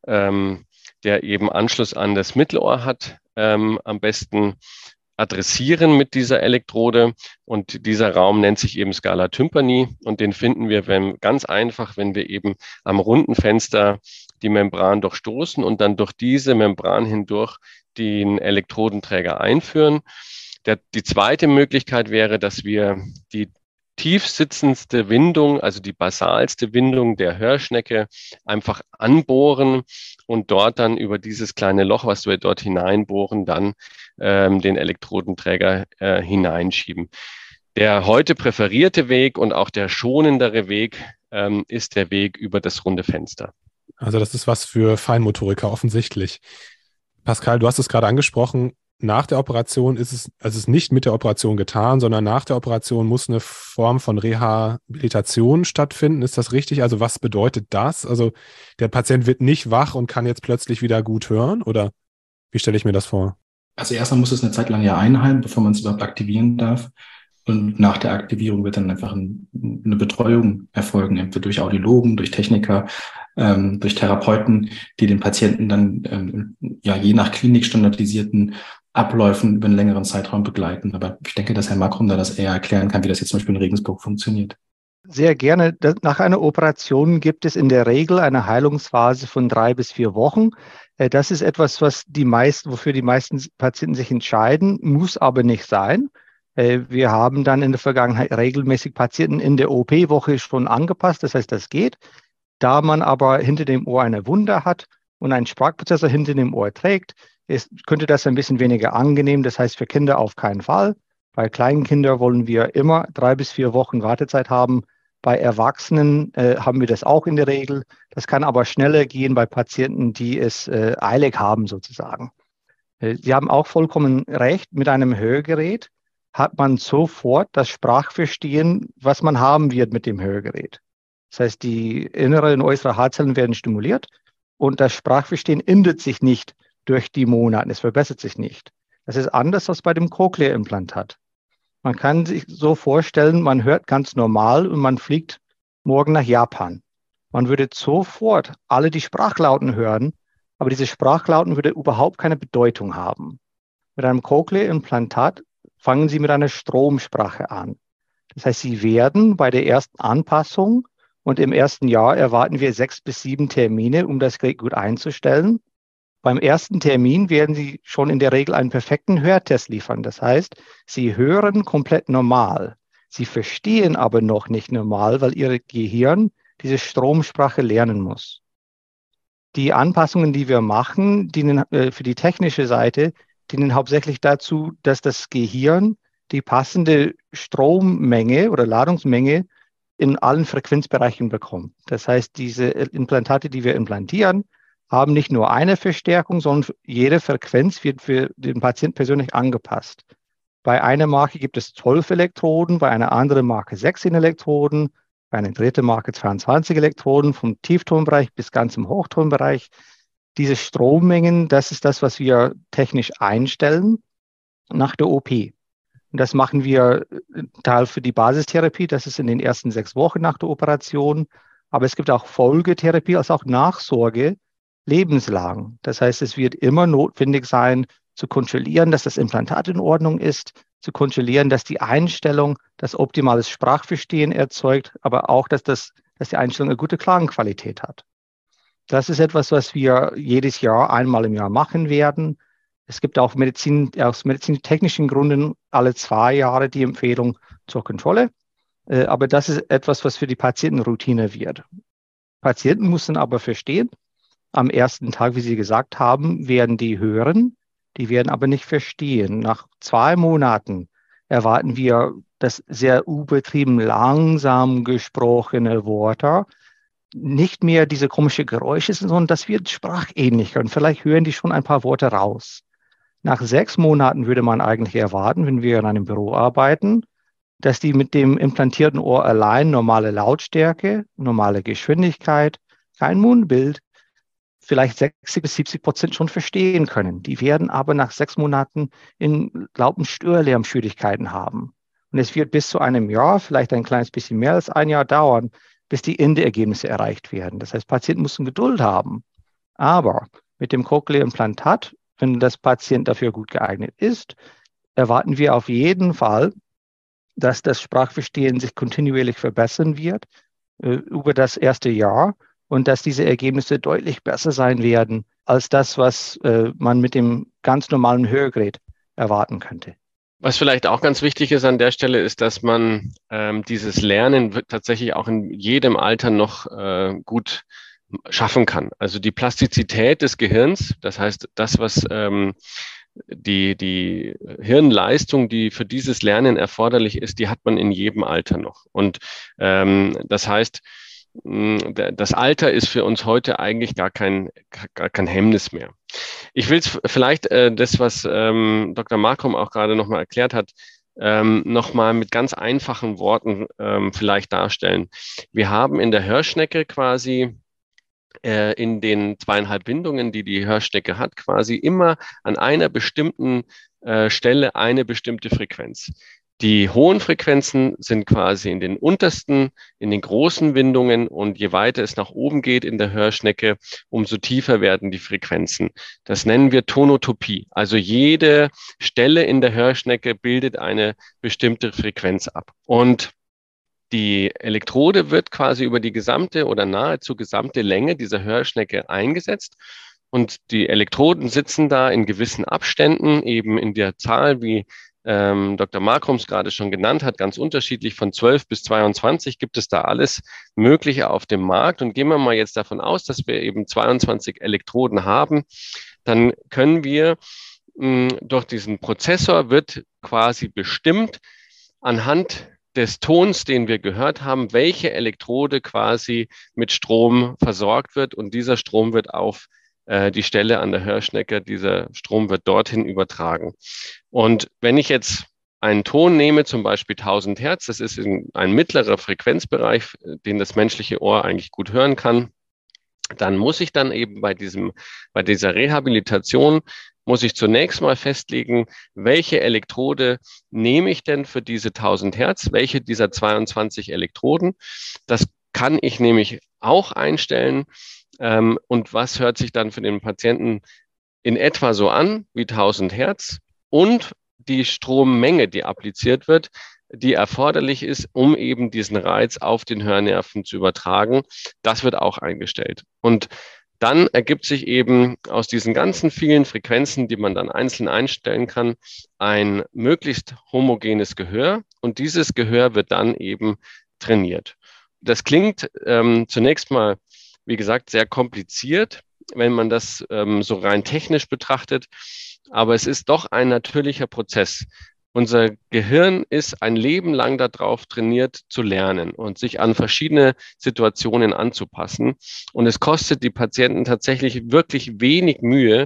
der eben Anschluss an das Mittelohr hat, am besten adressieren mit dieser Elektrode. Und dieser Raum nennt sich eben Scala tympani und den finden wir ganz einfach, wenn wir eben am runden Fenster die Membran durchstoßen und dann durch diese Membran hindurch den Elektrodenträger einführen. Die zweite Möglichkeit wäre, dass wir die tief sitzendste Windung, also die basalste Windung der Hörschnecke, einfach anbohren und dort dann über dieses kleine Loch, was wir dort hineinbohren, dann den Elektrodenträger hineinschieben. Der heute präferierte Weg und auch der schonendere Weg ist der Weg über das runde Fenster. Also das ist was für Feinmotoriker offensichtlich. Pascal, du hast es gerade angesprochen, nach der Operation ist es nicht mit der Operation getan, sondern nach der Operation muss eine Form von Rehabilitation stattfinden. Ist das richtig? Also was bedeutet das? Also der Patient wird nicht wach und kann jetzt plötzlich wieder gut hören oder wie stelle ich mir das vor? Also erstmal muss es eine Zeit lang ja einheilen, bevor man es überhaupt aktivieren darf. Und nach der Aktivierung wird dann einfach eine Betreuung erfolgen, entweder durch Audiologen, durch Techniker, durch Therapeuten, die den Patienten dann je nach Klinik standardisierten Abläufen über einen längeren Zeitraum begleiten. Aber ich denke, dass Herr Makrum da das eher erklären kann, wie das jetzt zum Beispiel in Regensburg funktioniert. Sehr gerne. Nach einer Operation gibt es in der Regel eine Heilungsphase von 3 bis 4 Wochen. Das ist etwas, wofür die meisten Patienten sich entscheiden, muss aber nicht sein. Wir haben dann in der Vergangenheit regelmäßig Patienten in der OP-Woche schon angepasst. Das heißt, das geht. Da man aber hinter dem Ohr eine Wunde hat und einen Sprachprozessor hinter dem Ohr trägt, könnte das ein bisschen weniger angenehm. Das heißt, für Kinder auf keinen Fall. Bei kleinen Kindern wollen wir immer 3 bis 4 Wochen Wartezeit haben. Bei Erwachsenen haben wir das auch in der Regel. Das kann aber schneller gehen bei Patienten, die es eilig haben sozusagen. Sie haben auch vollkommen recht, mit einem Hörgerät hat man sofort das Sprachverstehen, was man haben wird mit dem Hörgerät. Das heißt, die innere und äußere Haarzellen werden stimuliert und das Sprachverstehen ändert sich nicht durch die Monate. Es verbessert sich nicht. Das ist anders als bei dem Cochlea-Implantat. Man kann sich so vorstellen, man hört ganz normal und man fliegt morgen nach Japan. Man würde sofort alle die Sprachlauten hören, aber diese Sprachlauten würde überhaupt keine Bedeutung haben. Mit einem Cochlea-Implantat fangen Sie mit einer Stromsprache an. Das heißt, Sie werden bei der ersten Anpassung und im ersten Jahr erwarten wir 6 bis 7 Termine, um das Gerät gut einzustellen. Beim ersten Termin werden Sie schon in der Regel einen perfekten Hörtest liefern. Das heißt, Sie hören komplett normal. Sie verstehen aber noch nicht normal, weil Ihr Gehirn diese Stromsprache lernen muss. Die Anpassungen, die wir machen, dienen für die technische Seite, dienen hauptsächlich dazu, dass das Gehirn die passende Strommenge oder Ladungsmenge in allen Frequenzbereichen bekommt. Das heißt, diese Implantate, die wir implantieren, haben nicht nur eine Verstärkung, sondern jede Frequenz wird für den Patienten persönlich angepasst. Bei einer Marke gibt es 12 Elektroden, bei einer anderen Marke 16 Elektroden, bei einer dritten Marke 22 Elektroden, vom Tieftonbereich bis ganz im Hochtonbereich. Diese Strommengen, das ist das, was wir technisch einstellen nach der OP. Und das machen wir Teil für die Basistherapie, das ist in den ersten 6 Wochen nach der Operation. Aber es gibt auch Folgetherapie, also auch Nachsorge, lebenslang. Das heißt, es wird immer notwendig sein, zu kontrollieren, dass das Implantat in Ordnung ist, zu kontrollieren, dass die Einstellung das optimale Sprachverstehen erzeugt, aber auch, dass die Einstellung eine gute Klangqualität hat. Das ist etwas, was wir jedes Jahr einmal im Jahr machen werden. Es gibt auch aus medizintechnischen Gründen alle 2 Jahre die Empfehlung zur Kontrolle. Aber das ist etwas, was für die Patienten Routine wird. Patienten müssen aber verstehen, am ersten Tag, wie Sie gesagt haben, werden die hören, die werden aber nicht verstehen. Nach 2 Monaten erwarten wir, dass sehr übertrieben langsam gesprochene Worte nicht mehr diese komischen Geräusche sind, sondern das wird sprachähnlicher und vielleicht hören die schon ein paar Worte raus. Nach 6 Monaten würde man eigentlich erwarten, wenn wir in einem Büro arbeiten, dass die mit dem implantierten Ohr allein normale Lautstärke, normale Geschwindigkeit, kein Mundbild, vielleicht 60-70% schon verstehen können. Die werden aber nach 6 Monaten in lauten Störlärmschwierigkeiten haben. Und es wird bis zu einem Jahr, vielleicht ein kleines bisschen mehr als ein Jahr dauern, bis die Endergebnisse erreicht werden. Das heißt, Patienten müssen Geduld haben. Aber mit dem Cochlea-Implantat, wenn das Patient dafür gut geeignet ist, erwarten wir auf jeden Fall, dass das Sprachverstehen sich kontinuierlich verbessern wird über das erste Jahr und dass diese Ergebnisse deutlich besser sein werden als das, was man mit dem ganz normalen Hörgerät erwarten könnte. Was vielleicht auch ganz wichtig ist an der Stelle, ist, dass man dieses Lernen tatsächlich auch in jedem Alter noch gut schaffen kann. Also die Plastizität des Gehirns, das heißt, das, was die Hirnleistung, die für dieses Lernen erforderlich ist, die hat man in jedem Alter noch. Und das heißt, das Alter ist für uns heute eigentlich gar kein Hemmnis mehr. Ich will vielleicht das, was Dr. Markram auch gerade nochmal erklärt hat, nochmal mit ganz einfachen Worten vielleicht darstellen. Wir haben in der Hörschnecke quasi in den 2,5 Windungen, die die Hörschnecke hat, quasi immer an einer bestimmten Stelle eine bestimmte Frequenz. Die hohen Frequenzen sind quasi in den untersten, in den großen Windungen, und je weiter es nach oben geht in der Hörschnecke, umso tiefer werden die Frequenzen. Das nennen wir Tonotopie. Also jede Stelle in der Hörschnecke bildet eine bestimmte Frequenz ab. Und die Elektrode wird quasi über die gesamte oder nahezu gesamte Länge dieser Hörschnecke eingesetzt. Und die Elektroden sitzen da in gewissen Abständen, eben in der Zahl, wie Dr. Markram es gerade schon genannt hat, ganz unterschiedlich, von 12 bis 22 gibt es da alles Mögliche auf dem Markt. Und gehen wir mal jetzt davon aus, dass wir eben 22 Elektroden haben, dann können wir durch diesen Prozessor wird quasi bestimmt anhand des Tons, den wir gehört haben, welche Elektrode quasi mit Strom versorgt wird, und dieser Strom wird auf die Stelle an der Hörschnecke, dieser Strom wird dorthin übertragen. Und wenn ich jetzt einen Ton nehme, zum Beispiel 1000 Hertz, das ist ein mittlerer Frequenzbereich, den das menschliche Ohr eigentlich gut hören kann, dann muss ich dann eben bei dieser Rehabilitation muss ich zunächst mal festlegen, welche Elektrode nehme ich denn für diese 1000 Hertz, welche dieser 22 Elektroden. Das kann ich nämlich auch einstellen. Und was hört sich dann für den Patienten in etwa so an wie 1000 Hertz und die Strommenge, die appliziert wird, die erforderlich ist, um eben diesen Reiz auf den Hörnerven zu übertragen. Das wird auch eingestellt. Und dann ergibt sich eben aus diesen ganzen vielen Frequenzen, die man dann einzeln einstellen kann, ein möglichst homogenes Gehör. Und dieses Gehör wird dann eben trainiert. Das klingt zunächst mal, wie gesagt, sehr kompliziert, wenn man das so rein technisch betrachtet. Aber es ist doch ein natürlicher Prozess. Unser Gehirn ist ein Leben lang darauf trainiert zu lernen und sich an verschiedene Situationen anzupassen. Und es kostet die Patienten tatsächlich wirklich wenig Mühe,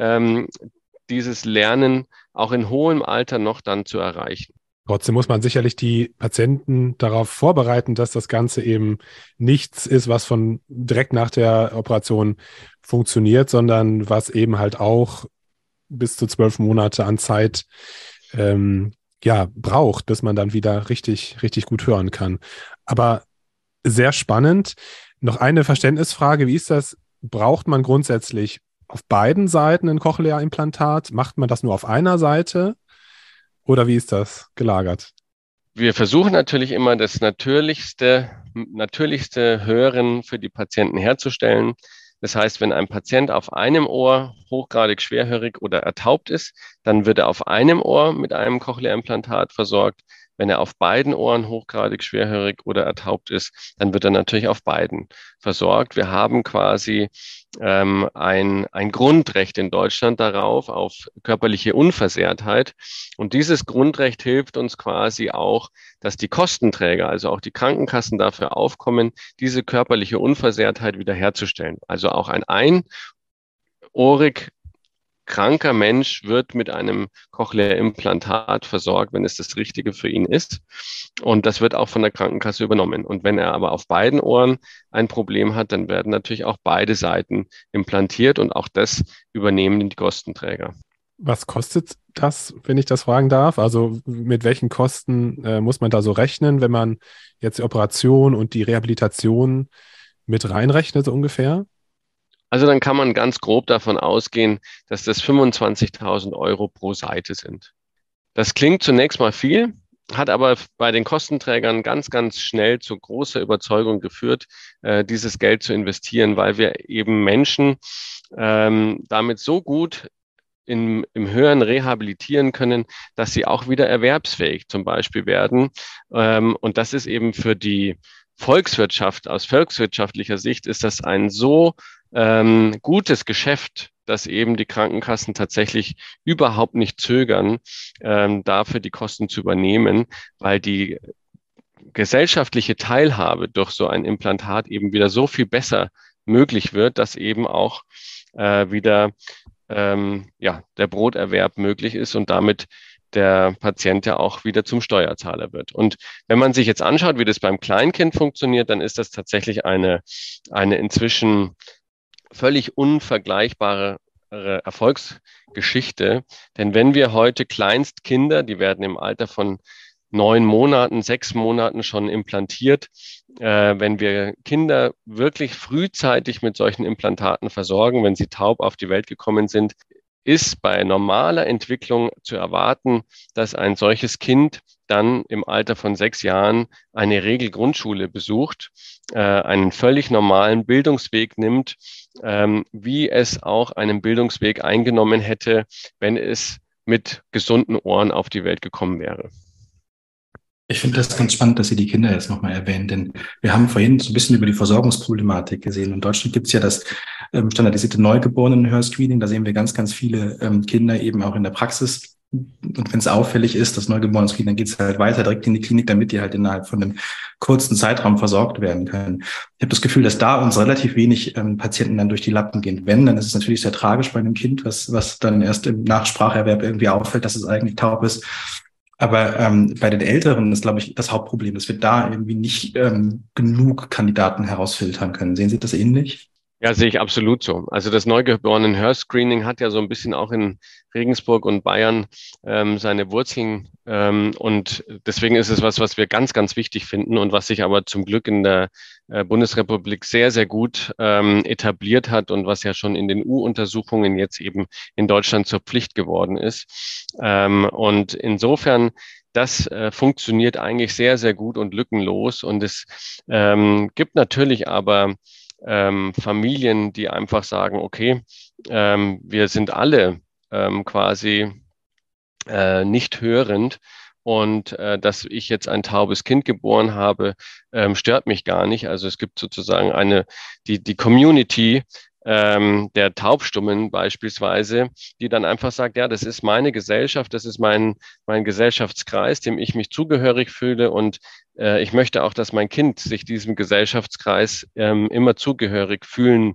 dieses Lernen auch in hohem Alter noch dann zu erreichen. Trotzdem muss man sicherlich die Patienten darauf vorbereiten, dass das Ganze eben nichts ist, was von direkt nach der Operation funktioniert, sondern was eben halt auch bis zu 12 Monate an Zeit braucht, bis man dann wieder richtig gut hören kann. Aber sehr spannend. Noch eine Verständnisfrage. Wie ist das? Braucht man grundsätzlich auf beiden Seiten ein Cochlea-Implantat? Macht man das nur auf einer Seite? Oder wie ist das gelagert? Wir versuchen natürlich immer, das natürlichste Hören für die Patienten herzustellen. Das heißt, wenn ein Patient auf einem Ohr hochgradig schwerhörig oder ertaubt ist, dann wird er auf einem Ohr mit einem Cochlea-Implantat versorgt. Wenn er auf beiden Ohren hochgradig schwerhörig oder ertaubt ist, dann wird er natürlich auf beiden versorgt. Wir haben quasi ein Grundrecht in Deutschland darauf, auf körperliche Unversehrtheit. Und dieses Grundrecht hilft uns quasi auch, dass die Kostenträger, also auch die Krankenkassen dafür aufkommen, diese körperliche Unversehrtheit wiederherzustellen. Also auch ein einohrig kranker Mensch wird mit einem Cochlea-Implantat versorgt, wenn es das Richtige für ihn ist. Und das wird auch von der Krankenkasse übernommen. Und wenn er aber auf beiden Ohren ein Problem hat, dann werden natürlich auch beide Seiten implantiert und auch das übernehmen die Kostenträger. Was kostet das, wenn ich das fragen darf? Also mit welchen Kosten muss man da so rechnen, wenn man jetzt die Operation und die Rehabilitation mit reinrechnet, so ungefähr? Also dann kann man ganz grob davon ausgehen, dass das 25.000 Euro pro Seite sind. Das klingt zunächst mal viel, hat aber bei den Kostenträgern ganz, ganz schnell zu großer Überzeugung geführt, dieses Geld zu investieren, weil wir eben Menschen damit so gut im Hören rehabilitieren können, dass sie auch wieder erwerbsfähig zum Beispiel werden. Und das ist eben für die Volkswirtschaft, aus volkswirtschaftlicher Sicht ist das ein so gutes Geschäft, dass eben die Krankenkassen tatsächlich überhaupt nicht zögern, dafür die Kosten zu übernehmen, weil die gesellschaftliche Teilhabe durch so ein Implantat eben wieder so viel besser möglich wird, dass eben auch wieder der Broterwerb möglich ist und damit der Patient ja auch wieder zum Steuerzahler wird. Und wenn man sich jetzt anschaut, wie das beim Kleinkind funktioniert, dann ist das tatsächlich eine inzwischen völlig unvergleichbare Erfolgsgeschichte. Denn wenn wir heute Kleinstkinder, die werden im Alter von 9 Monaten, 6 Monaten schon implantiert, wenn wir Kinder wirklich frühzeitig mit solchen Implantaten versorgen, wenn sie taub auf die Welt gekommen sind, ist bei normaler Entwicklung zu erwarten, dass ein solches Kind dann im Alter von 6 Jahren eine Regelgrundschule besucht, einen völlig normalen Bildungsweg nimmt, wie es auch einen Bildungsweg eingenommen hätte, wenn es mit gesunden Ohren auf die Welt gekommen wäre. Ich finde das ganz spannend, dass Sie die Kinder jetzt nochmal erwähnen, denn wir haben vorhin so ein bisschen über die Versorgungsproblematik gesehen. In Deutschland gibt es ja das standardisierte Neugeborenen-Hörscreening. Da sehen wir ganz, ganz viele Kinder eben auch in der Praxis. Und wenn es auffällig ist, das Neugeborenen-Screening, dann geht es halt weiter direkt in die Klinik, damit die halt innerhalb von einem kurzen Zeitraum versorgt werden können. Ich habe das Gefühl, dass da uns relativ wenig Patienten dann durch die Lappen gehen. Wenn, dann ist es natürlich sehr tragisch bei einem Kind, was dann erst im Nachspracherwerb irgendwie auffällt, dass es eigentlich taub ist. Aber bei den Älteren ist, glaube ich, das Hauptproblem, dass wir da irgendwie nicht genug Kandidaten herausfiltern können. Sehen Sie das ähnlich? Ja, sehe ich absolut so. Also das Neugeborenen-Hörscreening hat ja so ein bisschen auch in Regensburg und Bayern seine Wurzeln. Und deswegen ist es was wir ganz, ganz wichtig finden und was sich aber zum Glück in der Bundesrepublik sehr, sehr gut etabliert hat und was ja schon in den U-Untersuchungen jetzt eben in Deutschland zur Pflicht geworden ist. Und insofern das funktioniert eigentlich sehr, sehr gut und lückenlos. Und es gibt natürlich aber Familien, die einfach sagen, okay, wir sind alle quasi nicht hörend und dass ich jetzt ein taubes Kind geboren habe, stört mich gar nicht. Also es gibt sozusagen die Community der Taubstummen beispielsweise, die dann einfach sagt, ja, das ist meine Gesellschaft, das ist mein Gesellschaftskreis, dem ich mich zugehörig fühle und ich möchte auch, dass mein Kind sich diesem Gesellschaftskreis immer zugehörig fühlen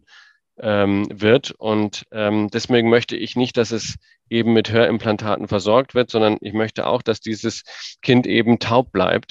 wird. Und deswegen möchte ich nicht, dass es eben mit Hörimplantaten versorgt wird, sondern ich möchte auch, dass dieses Kind eben taub bleibt.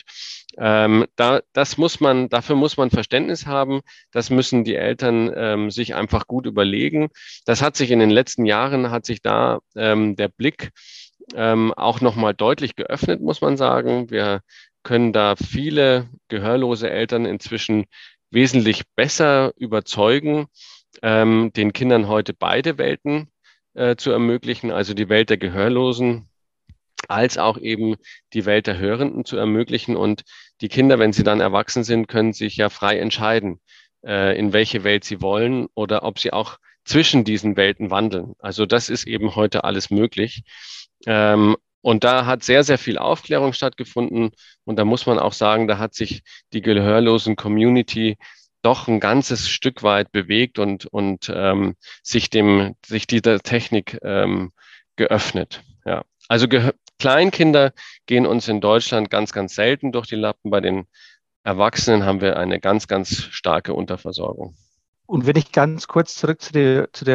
Dafür muss man Verständnis haben. Das müssen die Eltern sich einfach gut überlegen. Das hat sich in den letzten Jahren, der Blick auch nochmal deutlich geöffnet, muss man sagen. Wir können da viele gehörlose Eltern inzwischen wesentlich besser überzeugen, den Kindern heute beide Welten zu ermöglichen, also die Welt der Gehörlosen als auch eben die Welt der Hörenden zu ermöglichen. Und die Kinder, wenn sie dann erwachsen sind, können sich ja frei entscheiden, in welche Welt sie wollen oder ob sie auch zwischen diesen Welten wandeln. Also das ist eben heute alles möglich. Und da hat sehr, sehr viel Aufklärung stattgefunden. Und da muss man auch sagen, da hat sich die Gehörlosen-Community doch ein ganzes Stück weit bewegt und sich dieser Technik geöffnet. Ja. Also Kleinkinder gehen uns in Deutschland ganz, ganz selten durch die Lappen. Bei den Erwachsenen haben wir eine ganz, ganz starke Unterversorgung. Und wenn ich ganz kurz zurück zu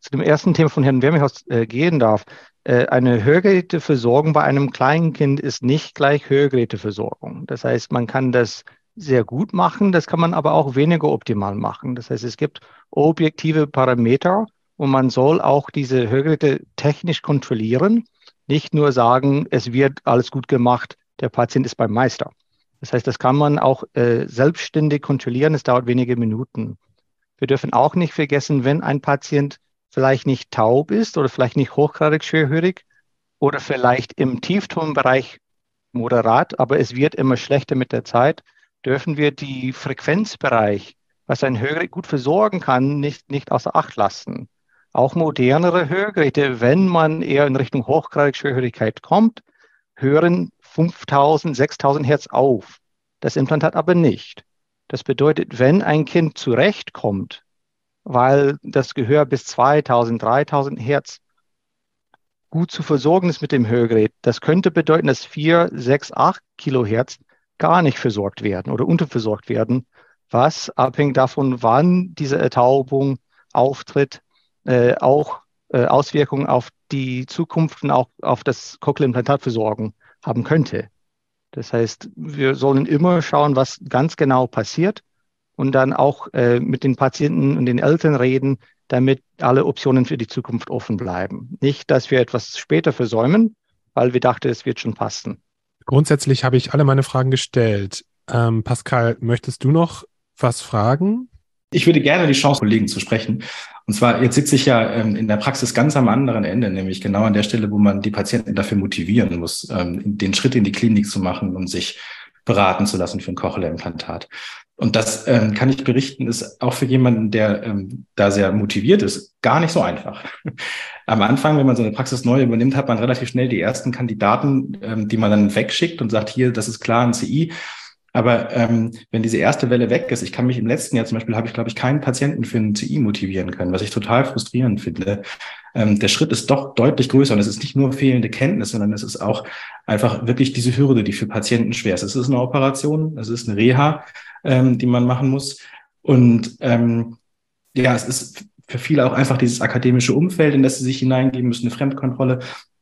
zu dem ersten Thema von Herrn Wermighaus gehen darf. Eine Hörgeräteversorgung bei einem kleinen Kind ist nicht gleich Hörgeräteversorgung. Das heißt, man kann das sehr gut machen, das kann man aber auch weniger optimal machen. Das heißt, es gibt objektive Parameter und man soll auch diese Hörgeräte technisch kontrollieren, nicht nur sagen, es wird alles gut gemacht, der Patient ist beim Meister. Das heißt, das kann man auch selbstständig kontrollieren, es dauert wenige Minuten. Wir dürfen auch nicht vergessen, wenn ein Patient vielleicht nicht taub ist oder vielleicht nicht hochgradig schwerhörig oder vielleicht im Tieftonbereich moderat, aber es wird immer schlechter mit der Zeit, dürfen wir die Frequenzbereich, was ein Hörgerät gut versorgen kann, nicht außer Acht lassen. Auch modernere Hörgeräte, wenn man eher in Richtung hochgradig Schwerhörigkeit kommt, hören 5000, 6000 Hertz auf. Das Implantat aber nicht. Das bedeutet, wenn ein Kind zurechtkommt, weil das Gehör bis 2000, 3000 Hertz gut zu versorgen ist mit dem Hörgerät. Das könnte bedeuten, dass 4, 6, 8 Kilohertz gar nicht versorgt werden oder unterversorgt werden, was abhängig davon, wann diese Ertaubung auftritt, auch Auswirkungen auf die Zukunft und auch auf das Cochlear-Implantatversorgung haben könnte. Das heißt, wir sollen immer schauen, was ganz genau passiert und dann auch mit den Patienten und den Eltern reden, damit alle Optionen für die Zukunft offen bleiben. Nicht, dass wir etwas später versäumen, weil wir dachten, es wird schon passen. Grundsätzlich habe ich alle meine Fragen gestellt. Pascal, möchtest du noch was fragen? Ich würde gerne die Chance, Kollegen zu sprechen. Und zwar, jetzt sitze ich ja in der Praxis ganz am anderen Ende, nämlich genau an der Stelle, wo man die Patienten dafür motivieren muss, den Schritt in die Klinik zu machen und sich beraten zu lassen für ein Cochlear-Implantat. Und das kann ich berichten, ist auch für jemanden, der da sehr motiviert ist, gar nicht so einfach. Am Anfang, wenn man so eine Praxis neu übernimmt, hat man relativ schnell die ersten Kandidaten, die man dann wegschickt und sagt, hier, das ist klar ein CI. Aber wenn diese erste Welle weg ist, ich kann mich im letzten Jahr zum Beispiel, habe ich, glaube ich, keinen Patienten für einen CI motivieren können, was ich total frustrierend finde. Der Schritt ist doch deutlich größer und es ist nicht nur fehlende Kenntnis, sondern es ist auch einfach wirklich diese Hürde, die für Patienten schwer ist. Es ist eine Operation, es ist eine Reha, die man machen muss. Und ja, es ist für viele auch einfach dieses akademische Umfeld, in das sie sich hineingeben müssen, eine Fremdkontrolle.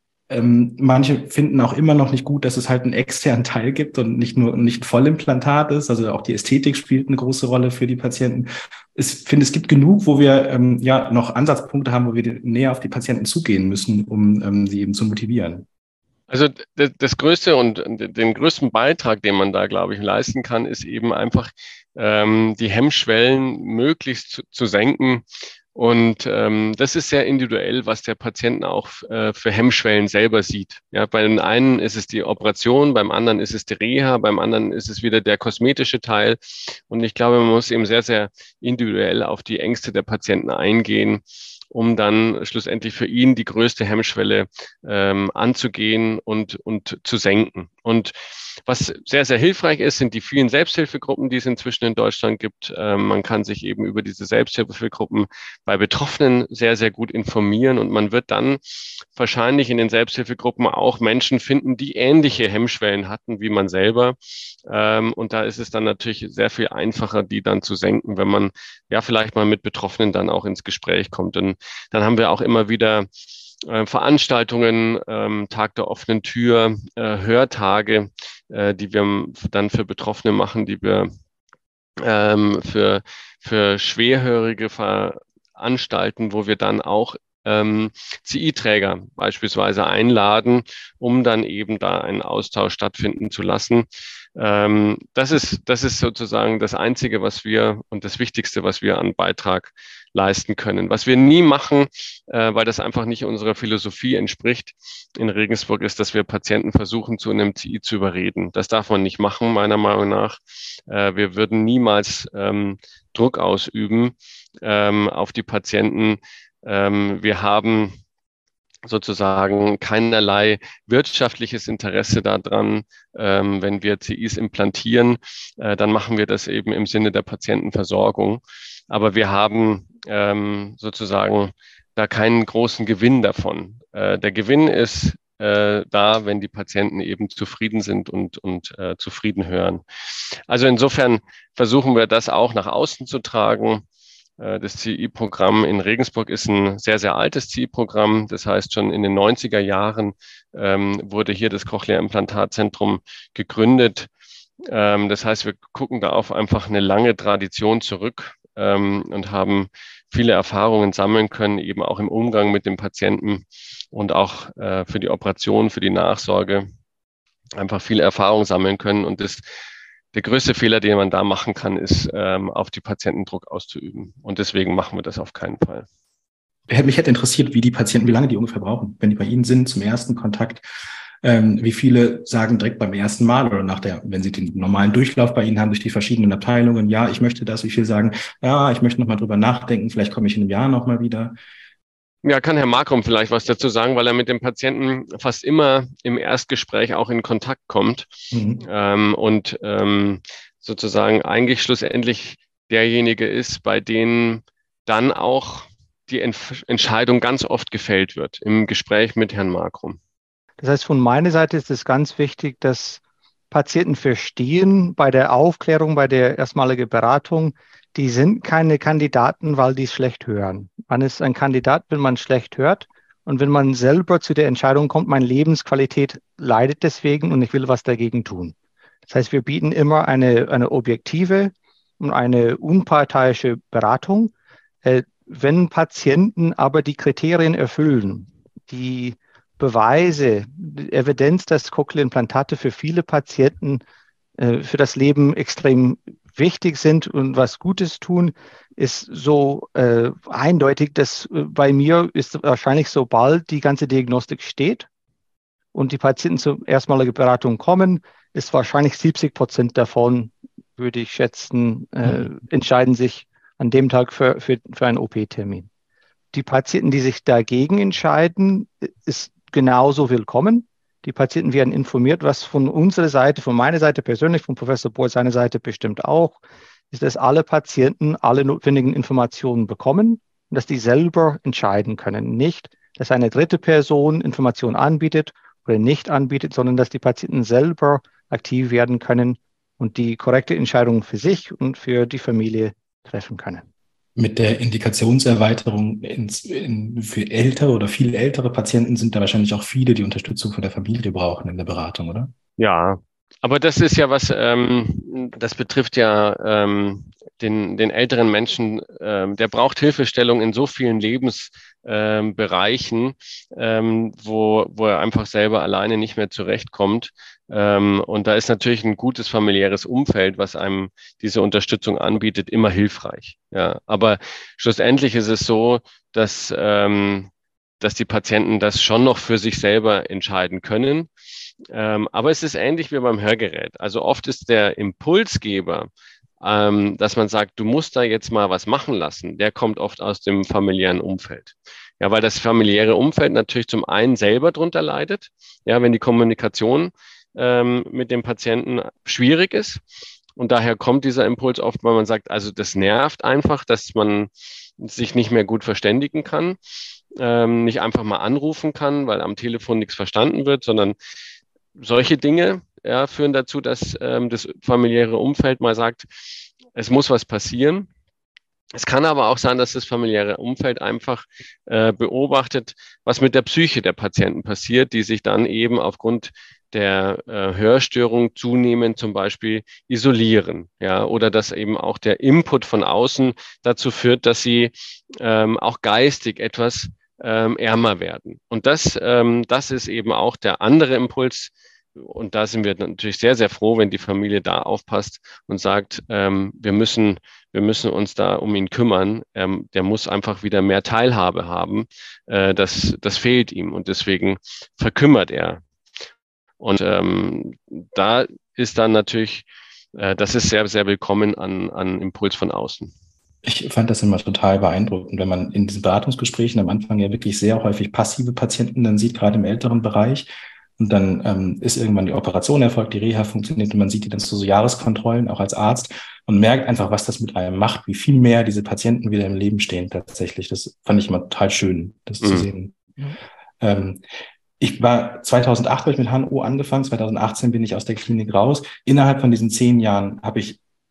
Manche finden auch immer noch nicht gut, dass es halt einen externen Teil gibt und nicht ein Vollimplantat ist. Also auch die Ästhetik spielt eine große Rolle für die Patienten. Ich finde, es gibt genug, wo wir ja noch Ansatzpunkte haben, wo wir näher auf die Patienten zugehen müssen, um sie eben zu motivieren. Also das Größte und den größten Beitrag, den man da, glaube ich, leisten kann, ist eben einfach die Hemmschwellen möglichst zu senken. Und das ist sehr individuell, was der Patient auch für Hemmschwellen selber sieht. Ja, bei den einen ist es die Operation, beim anderen ist es die Reha, beim anderen ist es wieder der kosmetische Teil. Und ich glaube, man muss eben sehr, sehr individuell auf die Ängste der Patienten eingehen, um dann schlussendlich für ihn die größte Hemmschwelle anzugehen und zu senken. Und was sehr, sehr hilfreich ist, sind die vielen Selbsthilfegruppen, die es inzwischen in Deutschland gibt. Man kann sich eben über diese Selbsthilfegruppen bei Betroffenen sehr, sehr gut informieren und man wird dann wahrscheinlich in den Selbsthilfegruppen auch Menschen finden, die ähnliche Hemmschwellen hatten wie man selber. Und da ist es dann natürlich sehr viel einfacher, die dann zu senken, wenn man ja vielleicht mal mit Betroffenen dann auch ins Gespräch kommt. Und dann haben wir auch immer wieder Veranstaltungen, Tag der offenen Tür, Hörtage, die wir dann für Betroffene machen, die wir für Schwerhörige veranstalten, wo wir dann auch CI-Träger beispielsweise einladen, um dann eben da einen Austausch stattfinden zu lassen. Das ist sozusagen das Einzige, was wir und das Wichtigste, was wir an Beitrag leisten können. Was wir nie machen, weil das einfach nicht unserer Philosophie entspricht in Regensburg, ist, dass wir Patienten versuchen, zu einem CI zu überreden. Das darf man nicht machen, meiner Meinung nach. Wir würden niemals Druck ausüben auf die Patienten. Wir haben sozusagen keinerlei wirtschaftliches Interesse daran, wenn wir CIs implantieren, dann machen wir das eben im Sinne der Patientenversorgung. Aber wir haben sozusagen da keinen großen Gewinn davon. Der Gewinn ist da, wenn die Patienten eben zufrieden sind und zufrieden hören. Also insofern versuchen wir das auch nach außen zu tragen. Das CI-Programm in Regensburg ist ein sehr, sehr altes CI-Programm. Das heißt, schon in den 90er Jahren wurde hier das Cochlea-Implantatzentrum gegründet. Das heißt, wir gucken da auf einfach eine lange Tradition zurück und haben viele Erfahrungen sammeln können, eben auch im Umgang mit dem Patienten und auch für die Operation, für die Nachsorge einfach viel Erfahrung sammeln können. Und der größte Fehler, den man da machen kann, ist, auf die Patienten Druck auszuüben. Und deswegen machen wir das auf keinen Fall. Mich hätte interessiert, wie lange die ungefähr brauchen, wenn die bei Ihnen sind zum ersten Kontakt. Wie viele sagen direkt beim ersten Mal oder wenn sie den normalen Durchlauf bei Ihnen haben durch die verschiedenen Abteilungen, ja, ich möchte das, wie viele sagen, ja, ich möchte nochmal drüber nachdenken, vielleicht komme ich in einem Jahr nochmal wieder. Ja, kann Herr Markram vielleicht was dazu sagen, weil er mit dem Patienten fast immer im Erstgespräch auch in Kontakt kommt und sozusagen eigentlich schlussendlich derjenige ist, bei dem dann auch die Entscheidung ganz oft gefällt wird im Gespräch mit Herrn Markram. Das heißt, von meiner Seite ist es ganz wichtig, dass Patienten verstehen bei der Aufklärung, bei der erstmaligen Beratung, die sind keine Kandidaten, weil die schlecht hören. Man ist ein Kandidat, wenn man schlecht hört und wenn man selber zu der Entscheidung kommt, meine Lebensqualität leidet deswegen und ich will was dagegen tun. Das heißt, wir bieten immer eine objektive und eine unparteiische Beratung. Wenn Patienten aber die Kriterien erfüllen, die Beweise, die Evidenz, dass Cochlea-Implantate für viele Patienten für das Leben extrem wichtig sind und was Gutes tun, ist so eindeutig, dass bei mir ist wahrscheinlich, sobald die ganze Diagnostik steht und die Patienten zur erstmaligen Beratung kommen, ist wahrscheinlich 70% davon, würde ich schätzen, entscheiden sich an dem Tag für einen OP-Termin. Die Patienten, die sich dagegen entscheiden, ist genauso willkommen. Die Patienten werden informiert, was von unserer Seite, von meiner Seite persönlich, von Professor Bohr seiner Seite bestimmt auch, ist, dass alle Patienten alle notwendigen Informationen bekommen und dass die selber entscheiden können. Nicht, dass eine dritte Person Informationen anbietet oder nicht anbietet, sondern dass die Patienten selber aktiv werden können und die korrekte Entscheidung für sich und für die Familie treffen können. Mit der Indikationserweiterung für ältere oder viel ältere Patienten sind da wahrscheinlich auch viele, die Unterstützung von der Familie brauchen in der Beratung, oder? Ja, aber das ist ja was, das betrifft ja den älteren Menschen, der braucht Hilfestellung in so vielen Lebensbereichen, wo er einfach selber alleine nicht mehr zurechtkommt. Und da ist natürlich ein gutes familiäres Umfeld, was einem diese Unterstützung anbietet, immer hilfreich. Ja, aber schlussendlich ist es so, dass die Patienten das schon noch für sich selber entscheiden können. Aber es ist ähnlich wie beim Hörgerät. Also oft ist der Impulsgeber, dass man sagt, du musst da jetzt mal was machen lassen, der kommt oft aus dem familiären Umfeld. Ja, weil das familiäre Umfeld natürlich zum einen selber drunter leidet, ja, wenn die Kommunikation mit dem Patienten schwierig ist. Und daher kommt dieser Impuls oft, weil man sagt, also das nervt einfach, dass man sich nicht mehr gut verständigen kann, nicht einfach mal anrufen kann, weil am Telefon nichts verstanden wird, sondern solche Dinge führen dazu, dass das familiäre Umfeld mal sagt, es muss was passieren. Es kann aber auch sein, dass das familiäre Umfeld einfach beobachtet, was mit der Psyche der Patienten passiert, die sich dann eben aufgrund der Hörstörung zunehmend zum Beispiel isolieren, ja, oder dass eben auch der Input von außen dazu führt, dass sie auch geistig etwas ärmer werden. Und das ist eben auch der andere Impuls. Und da sind wir natürlich sehr, sehr froh, wenn die Familie da aufpasst und sagt, wir müssen uns da um ihn kümmern. Der muss einfach wieder mehr Teilhabe haben. Das fehlt ihm und deswegen verkümmert er. Und da ist dann natürlich, das ist sehr, sehr willkommen an Impuls von außen. Ich fand das immer total beeindruckend, wenn man in diesen Beratungsgesprächen am Anfang ja wirklich sehr häufig passive Patienten dann sieht, gerade im älteren Bereich. Und dann ist irgendwann die Operation erfolgt, die Reha funktioniert und man sieht die dann zu so Jahreskontrollen, auch als Arzt, und merkt einfach, was das mit einem macht, wie viel mehr diese Patienten wieder im Leben stehen tatsächlich. Das fand ich immer total schön, das zu sehen. Ich war 2008 habe ich mit HNO angefangen, 2018 bin ich aus der Klinik raus. Innerhalb von diesen 10 Jahren habe ich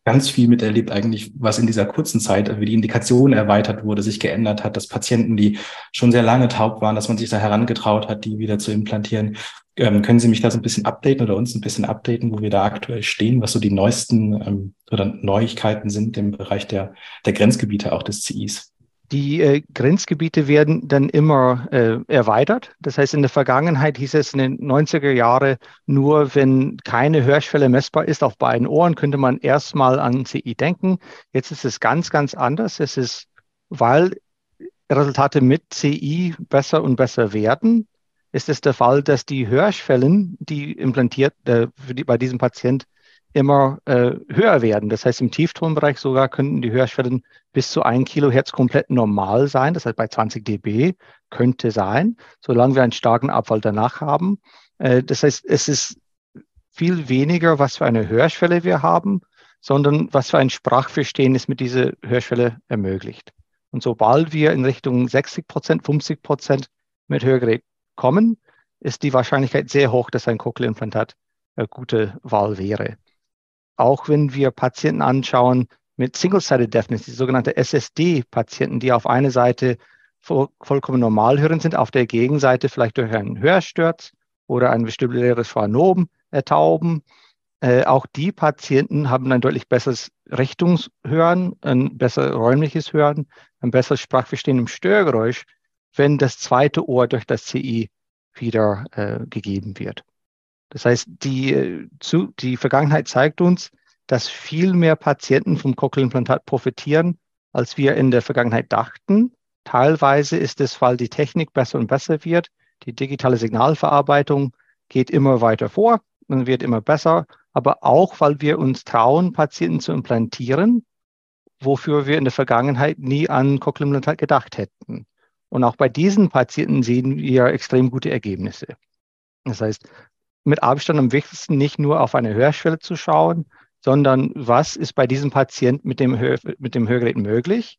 ganz viel miterlebt eigentlich, was in dieser kurzen Zeit, wie die Indikation erweitert wurde, sich geändert hat, dass Patienten, die schon sehr lange taub waren, dass man sich da herangetraut hat, die wieder zu implantieren. Können Sie mich da so ein bisschen updaten oder uns ein bisschen updaten, wo wir da aktuell stehen, was so die neuesten oder Neuigkeiten sind im Bereich der Grenzgebiete auch des CIs? Die Grenzgebiete werden dann immer erweitert. Das heißt, in der Vergangenheit hieß es in den 90er Jahren, nur wenn keine Hörschwelle messbar ist auf beiden Ohren, könnte man erstmal an CI denken. Jetzt ist es ganz, ganz anders. Es ist, weil Resultate mit CI besser und besser werden, ist es der Fall, dass die Hörschwellen, die implantiert bei diesem Patient immer höher werden. Das heißt, im Tieftonbereich sogar könnten die Hörschwellen bis zu 1 Kilohertz komplett normal sein. Das heißt, bei 20 dB könnte sein, solange wir einen starken Abfall danach haben. Das heißt, es ist viel weniger, was für eine Hörschwelle wir haben, sondern was für ein Sprachverständnis mit dieser Hörschwelle ermöglicht. Und sobald wir in Richtung 60%, 50% mit Hörgerät kommen, ist die Wahrscheinlichkeit sehr hoch, dass ein Cochlear-Implantat eine gute Wahl wäre. Auch wenn wir Patienten anschauen mit Single-Sided Deafness, die sogenannte SSD-Patienten, die auf einer Seite vollkommen normal hören sind, auf der Gegenseite vielleicht durch einen Hörsturz oder ein vestibuläres Phanom ertauben. Auch die Patienten haben ein deutlich besseres Richtungshören, ein besseres räumliches Hören, ein besseres Sprachverstehen im Störgeräusch, wenn das zweite Ohr durch das CI wieder gegeben wird. Das heißt, die Vergangenheit zeigt uns, dass viel mehr Patienten vom Cochlear-Implantat profitieren, als wir in der Vergangenheit dachten. Teilweise ist es, weil die Technik besser und besser wird. Die digitale Signalverarbeitung geht immer weiter vor und wird immer besser, aber auch, weil wir uns trauen, Patienten zu implantieren, wofür wir in der Vergangenheit nie an Cochlear-Implantat gedacht hätten. Und auch bei diesen Patienten sehen wir extrem gute Ergebnisse. Das heißt, mit Abstand am wichtigsten nicht nur auf eine Hörschwelle zu schauen, sondern was ist bei diesem Patienten mit dem Hörgerät möglich?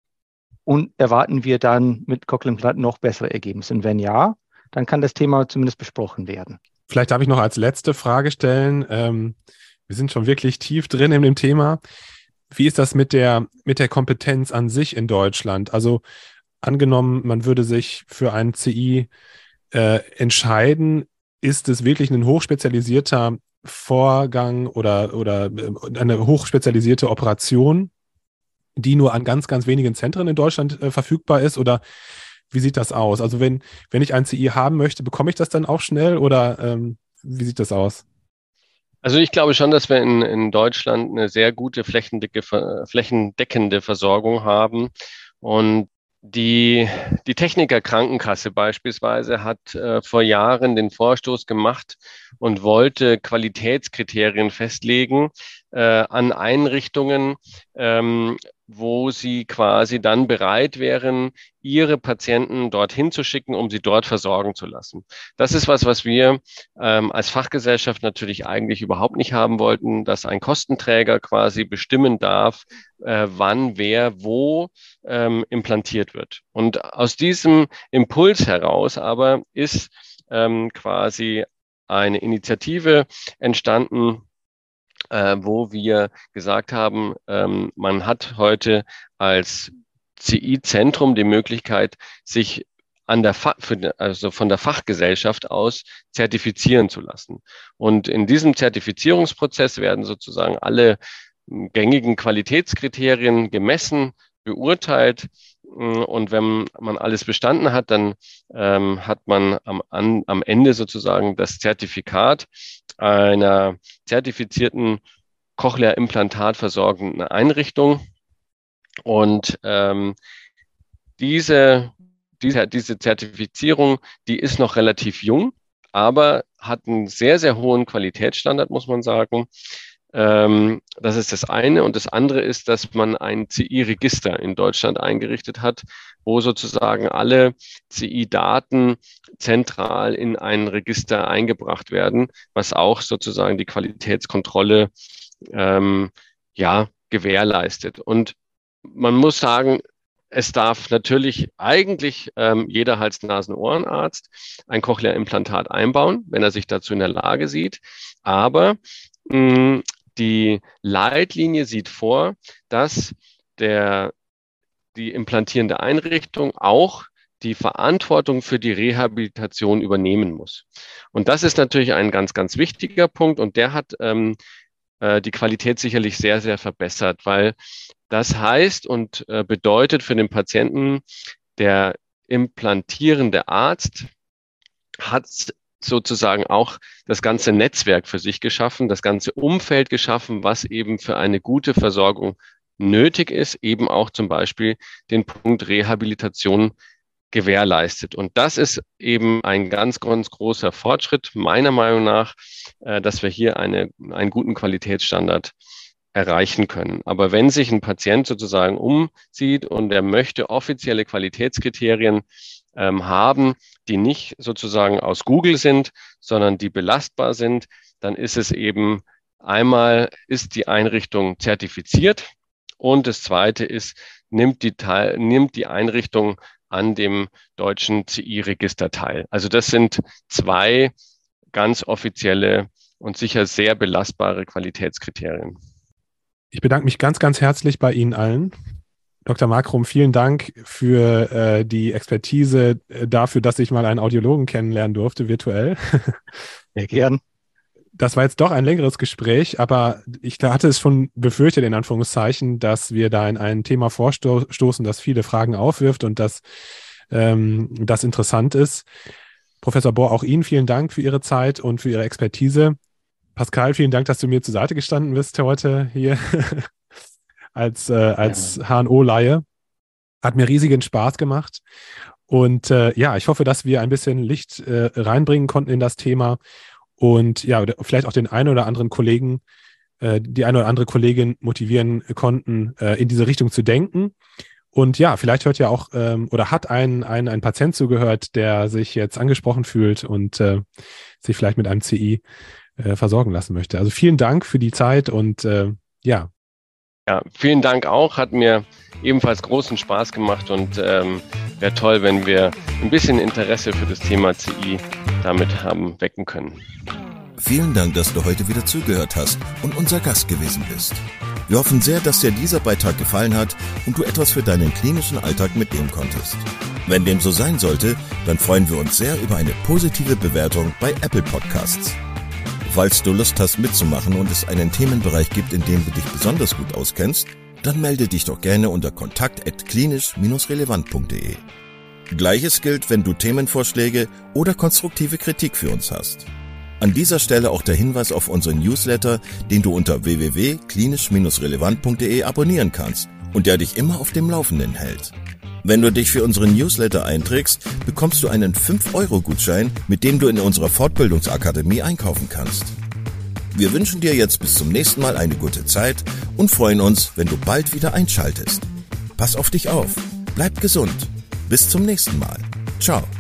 Und erwarten wir dann mit Cochlear-Implantat noch bessere Ergebnisse? Und wenn ja, dann kann das Thema zumindest besprochen werden. Vielleicht darf ich noch als letzte Frage stellen. Wir sind schon wirklich tief drin in dem Thema. Wie ist das mit der Kompetenz an sich in Deutschland? Also angenommen, man würde sich für einen CI entscheiden, ist es wirklich ein hochspezialisierter Vorgang oder eine hochspezialisierte Operation, die nur an ganz, ganz wenigen Zentren in Deutschland verfügbar ist? Oder wie sieht das aus? Also wenn ich ein CI haben möchte, bekomme ich das dann auch schnell oder wie sieht das aus? Also ich glaube schon, dass wir in Deutschland eine sehr gute flächendeckende Versorgung haben. Und die Techniker Krankenkasse beispielsweise hat vor Jahren den Vorstoß gemacht und wollte Qualitätskriterien festlegen an Einrichtungen, wo sie quasi dann bereit wären, ihre Patienten dorthin zu schicken, um sie dort versorgen zu lassen. Das ist was wir als Fachgesellschaft natürlich eigentlich überhaupt nicht haben wollten, dass ein Kostenträger quasi bestimmen darf, wann, wer, wo implantiert wird. Und aus diesem Impuls heraus aber ist quasi eine Initiative entstanden, wo wir gesagt haben, man hat heute als CI-Zentrum die Möglichkeit, sich also von der Fachgesellschaft aus zertifizieren zu lassen. Und in diesem Zertifizierungsprozess werden sozusagen alle gängigen Qualitätskriterien gemessen, beurteilt. Und wenn man alles bestanden hat, dann hat man am Ende sozusagen das Zertifikat einer zertifizierten Cochlea-Implantat versorgenden Einrichtung. Und diese Zertifizierung, die ist noch relativ jung, aber hat einen sehr, sehr hohen Qualitätsstandard, muss man sagen. Das ist das eine. Und das andere ist, dass man ein CI-Register in Deutschland eingerichtet hat, wo sozusagen alle CI-Daten zentral in ein Register eingebracht werden, was auch sozusagen die Qualitätskontrolle gewährleistet. Und man muss sagen, es darf natürlich eigentlich jeder Hals-Nasen-Ohrenarzt ein Cochlea-Implantat einbauen, wenn er sich dazu in der Lage sieht. Aber Die Leitlinie sieht vor, dass die implantierende Einrichtung auch die Verantwortung für die Rehabilitation übernehmen muss. Und das ist natürlich ein ganz, ganz wichtiger Punkt und der hat die Qualität sicherlich sehr, sehr verbessert, weil das heißt und bedeutet für den Patienten, der implantierende Arzt hat sozusagen auch das ganze Netzwerk für sich geschaffen, das ganze Umfeld geschaffen, was eben für eine gute Versorgung nötig ist, eben auch zum Beispiel den Punkt Rehabilitation gewährleistet. Und das ist eben ein ganz, ganz großer Fortschritt, meiner Meinung nach, dass wir hier einen guten Qualitätsstandard erreichen können. Aber wenn sich ein Patient sozusagen umsieht und er möchte offizielle Qualitätskriterien haben, die nicht sozusagen aus Google sind, sondern die belastbar sind, dann ist es eben einmal, ist die Einrichtung zertifiziert und das zweite ist, nimmt die Einrichtung an dem deutschen CI-Register teil. Also das sind zwei ganz offizielle und sicher sehr belastbare Qualitätskriterien. Ich bedanke mich ganz, ganz herzlich bei Ihnen allen. Dr. Markrum, vielen Dank für die Expertise, dafür, dass ich mal einen Audiologen kennenlernen durfte, virtuell. Sehr gern. Das war jetzt doch ein längeres Gespräch, aber ich hatte es schon befürchtet, in Anführungszeichen, dass wir da in ein Thema vorstoßen, das viele Fragen aufwirft und das interessant ist. Professor Bohr, auch Ihnen vielen Dank für Ihre Zeit und für Ihre Expertise. Pascal, vielen Dank, dass du mir zur Seite gestanden bist heute hier als HNO-Laie. Hat mir riesigen Spaß gemacht. Und ich hoffe, dass wir ein bisschen Licht reinbringen konnten in das Thema und ja, vielleicht auch den einen oder anderen Kollegen, die eine oder andere Kollegin motivieren konnten, in diese Richtung zu denken. Und ja, vielleicht hört ja auch oder hat ein Patient zugehört, der sich jetzt angesprochen fühlt und sich vielleicht mit einem CI versorgen lassen möchte. Also vielen Dank für die Zeit und Ja, vielen Dank auch. Hat mir ebenfalls großen Spaß gemacht und wäre toll, wenn wir ein bisschen Interesse für das Thema CI damit haben wecken können. Vielen Dank, dass du heute wieder zugehört hast und unser Gast gewesen bist. Wir hoffen sehr, dass dir dieser Beitrag gefallen hat und du etwas für deinen klinischen Alltag mitnehmen konntest. Wenn dem so sein sollte, dann freuen wir uns sehr über eine positive Bewertung bei Apple Podcasts. Falls du Lust hast mitzumachen und es einen Themenbereich gibt, in dem du dich besonders gut auskennst, dann melde dich doch gerne unter kontakt@klinisch-relevant.de. Gleiches gilt, wenn du Themenvorschläge oder konstruktive Kritik für uns hast. An dieser Stelle auch der Hinweis auf unseren Newsletter, den du unter www.klinisch-relevant.de abonnieren kannst und der dich immer auf dem Laufenden hält. Wenn du dich für unseren Newsletter einträgst, bekommst du einen 5-Euro-Gutschein, mit dem du in unserer Fortbildungsakademie einkaufen kannst. Wir wünschen dir jetzt bis zum nächsten Mal eine gute Zeit und freuen uns, wenn du bald wieder einschaltest. Pass auf dich auf, bleib gesund. Bis zum nächsten Mal. Ciao.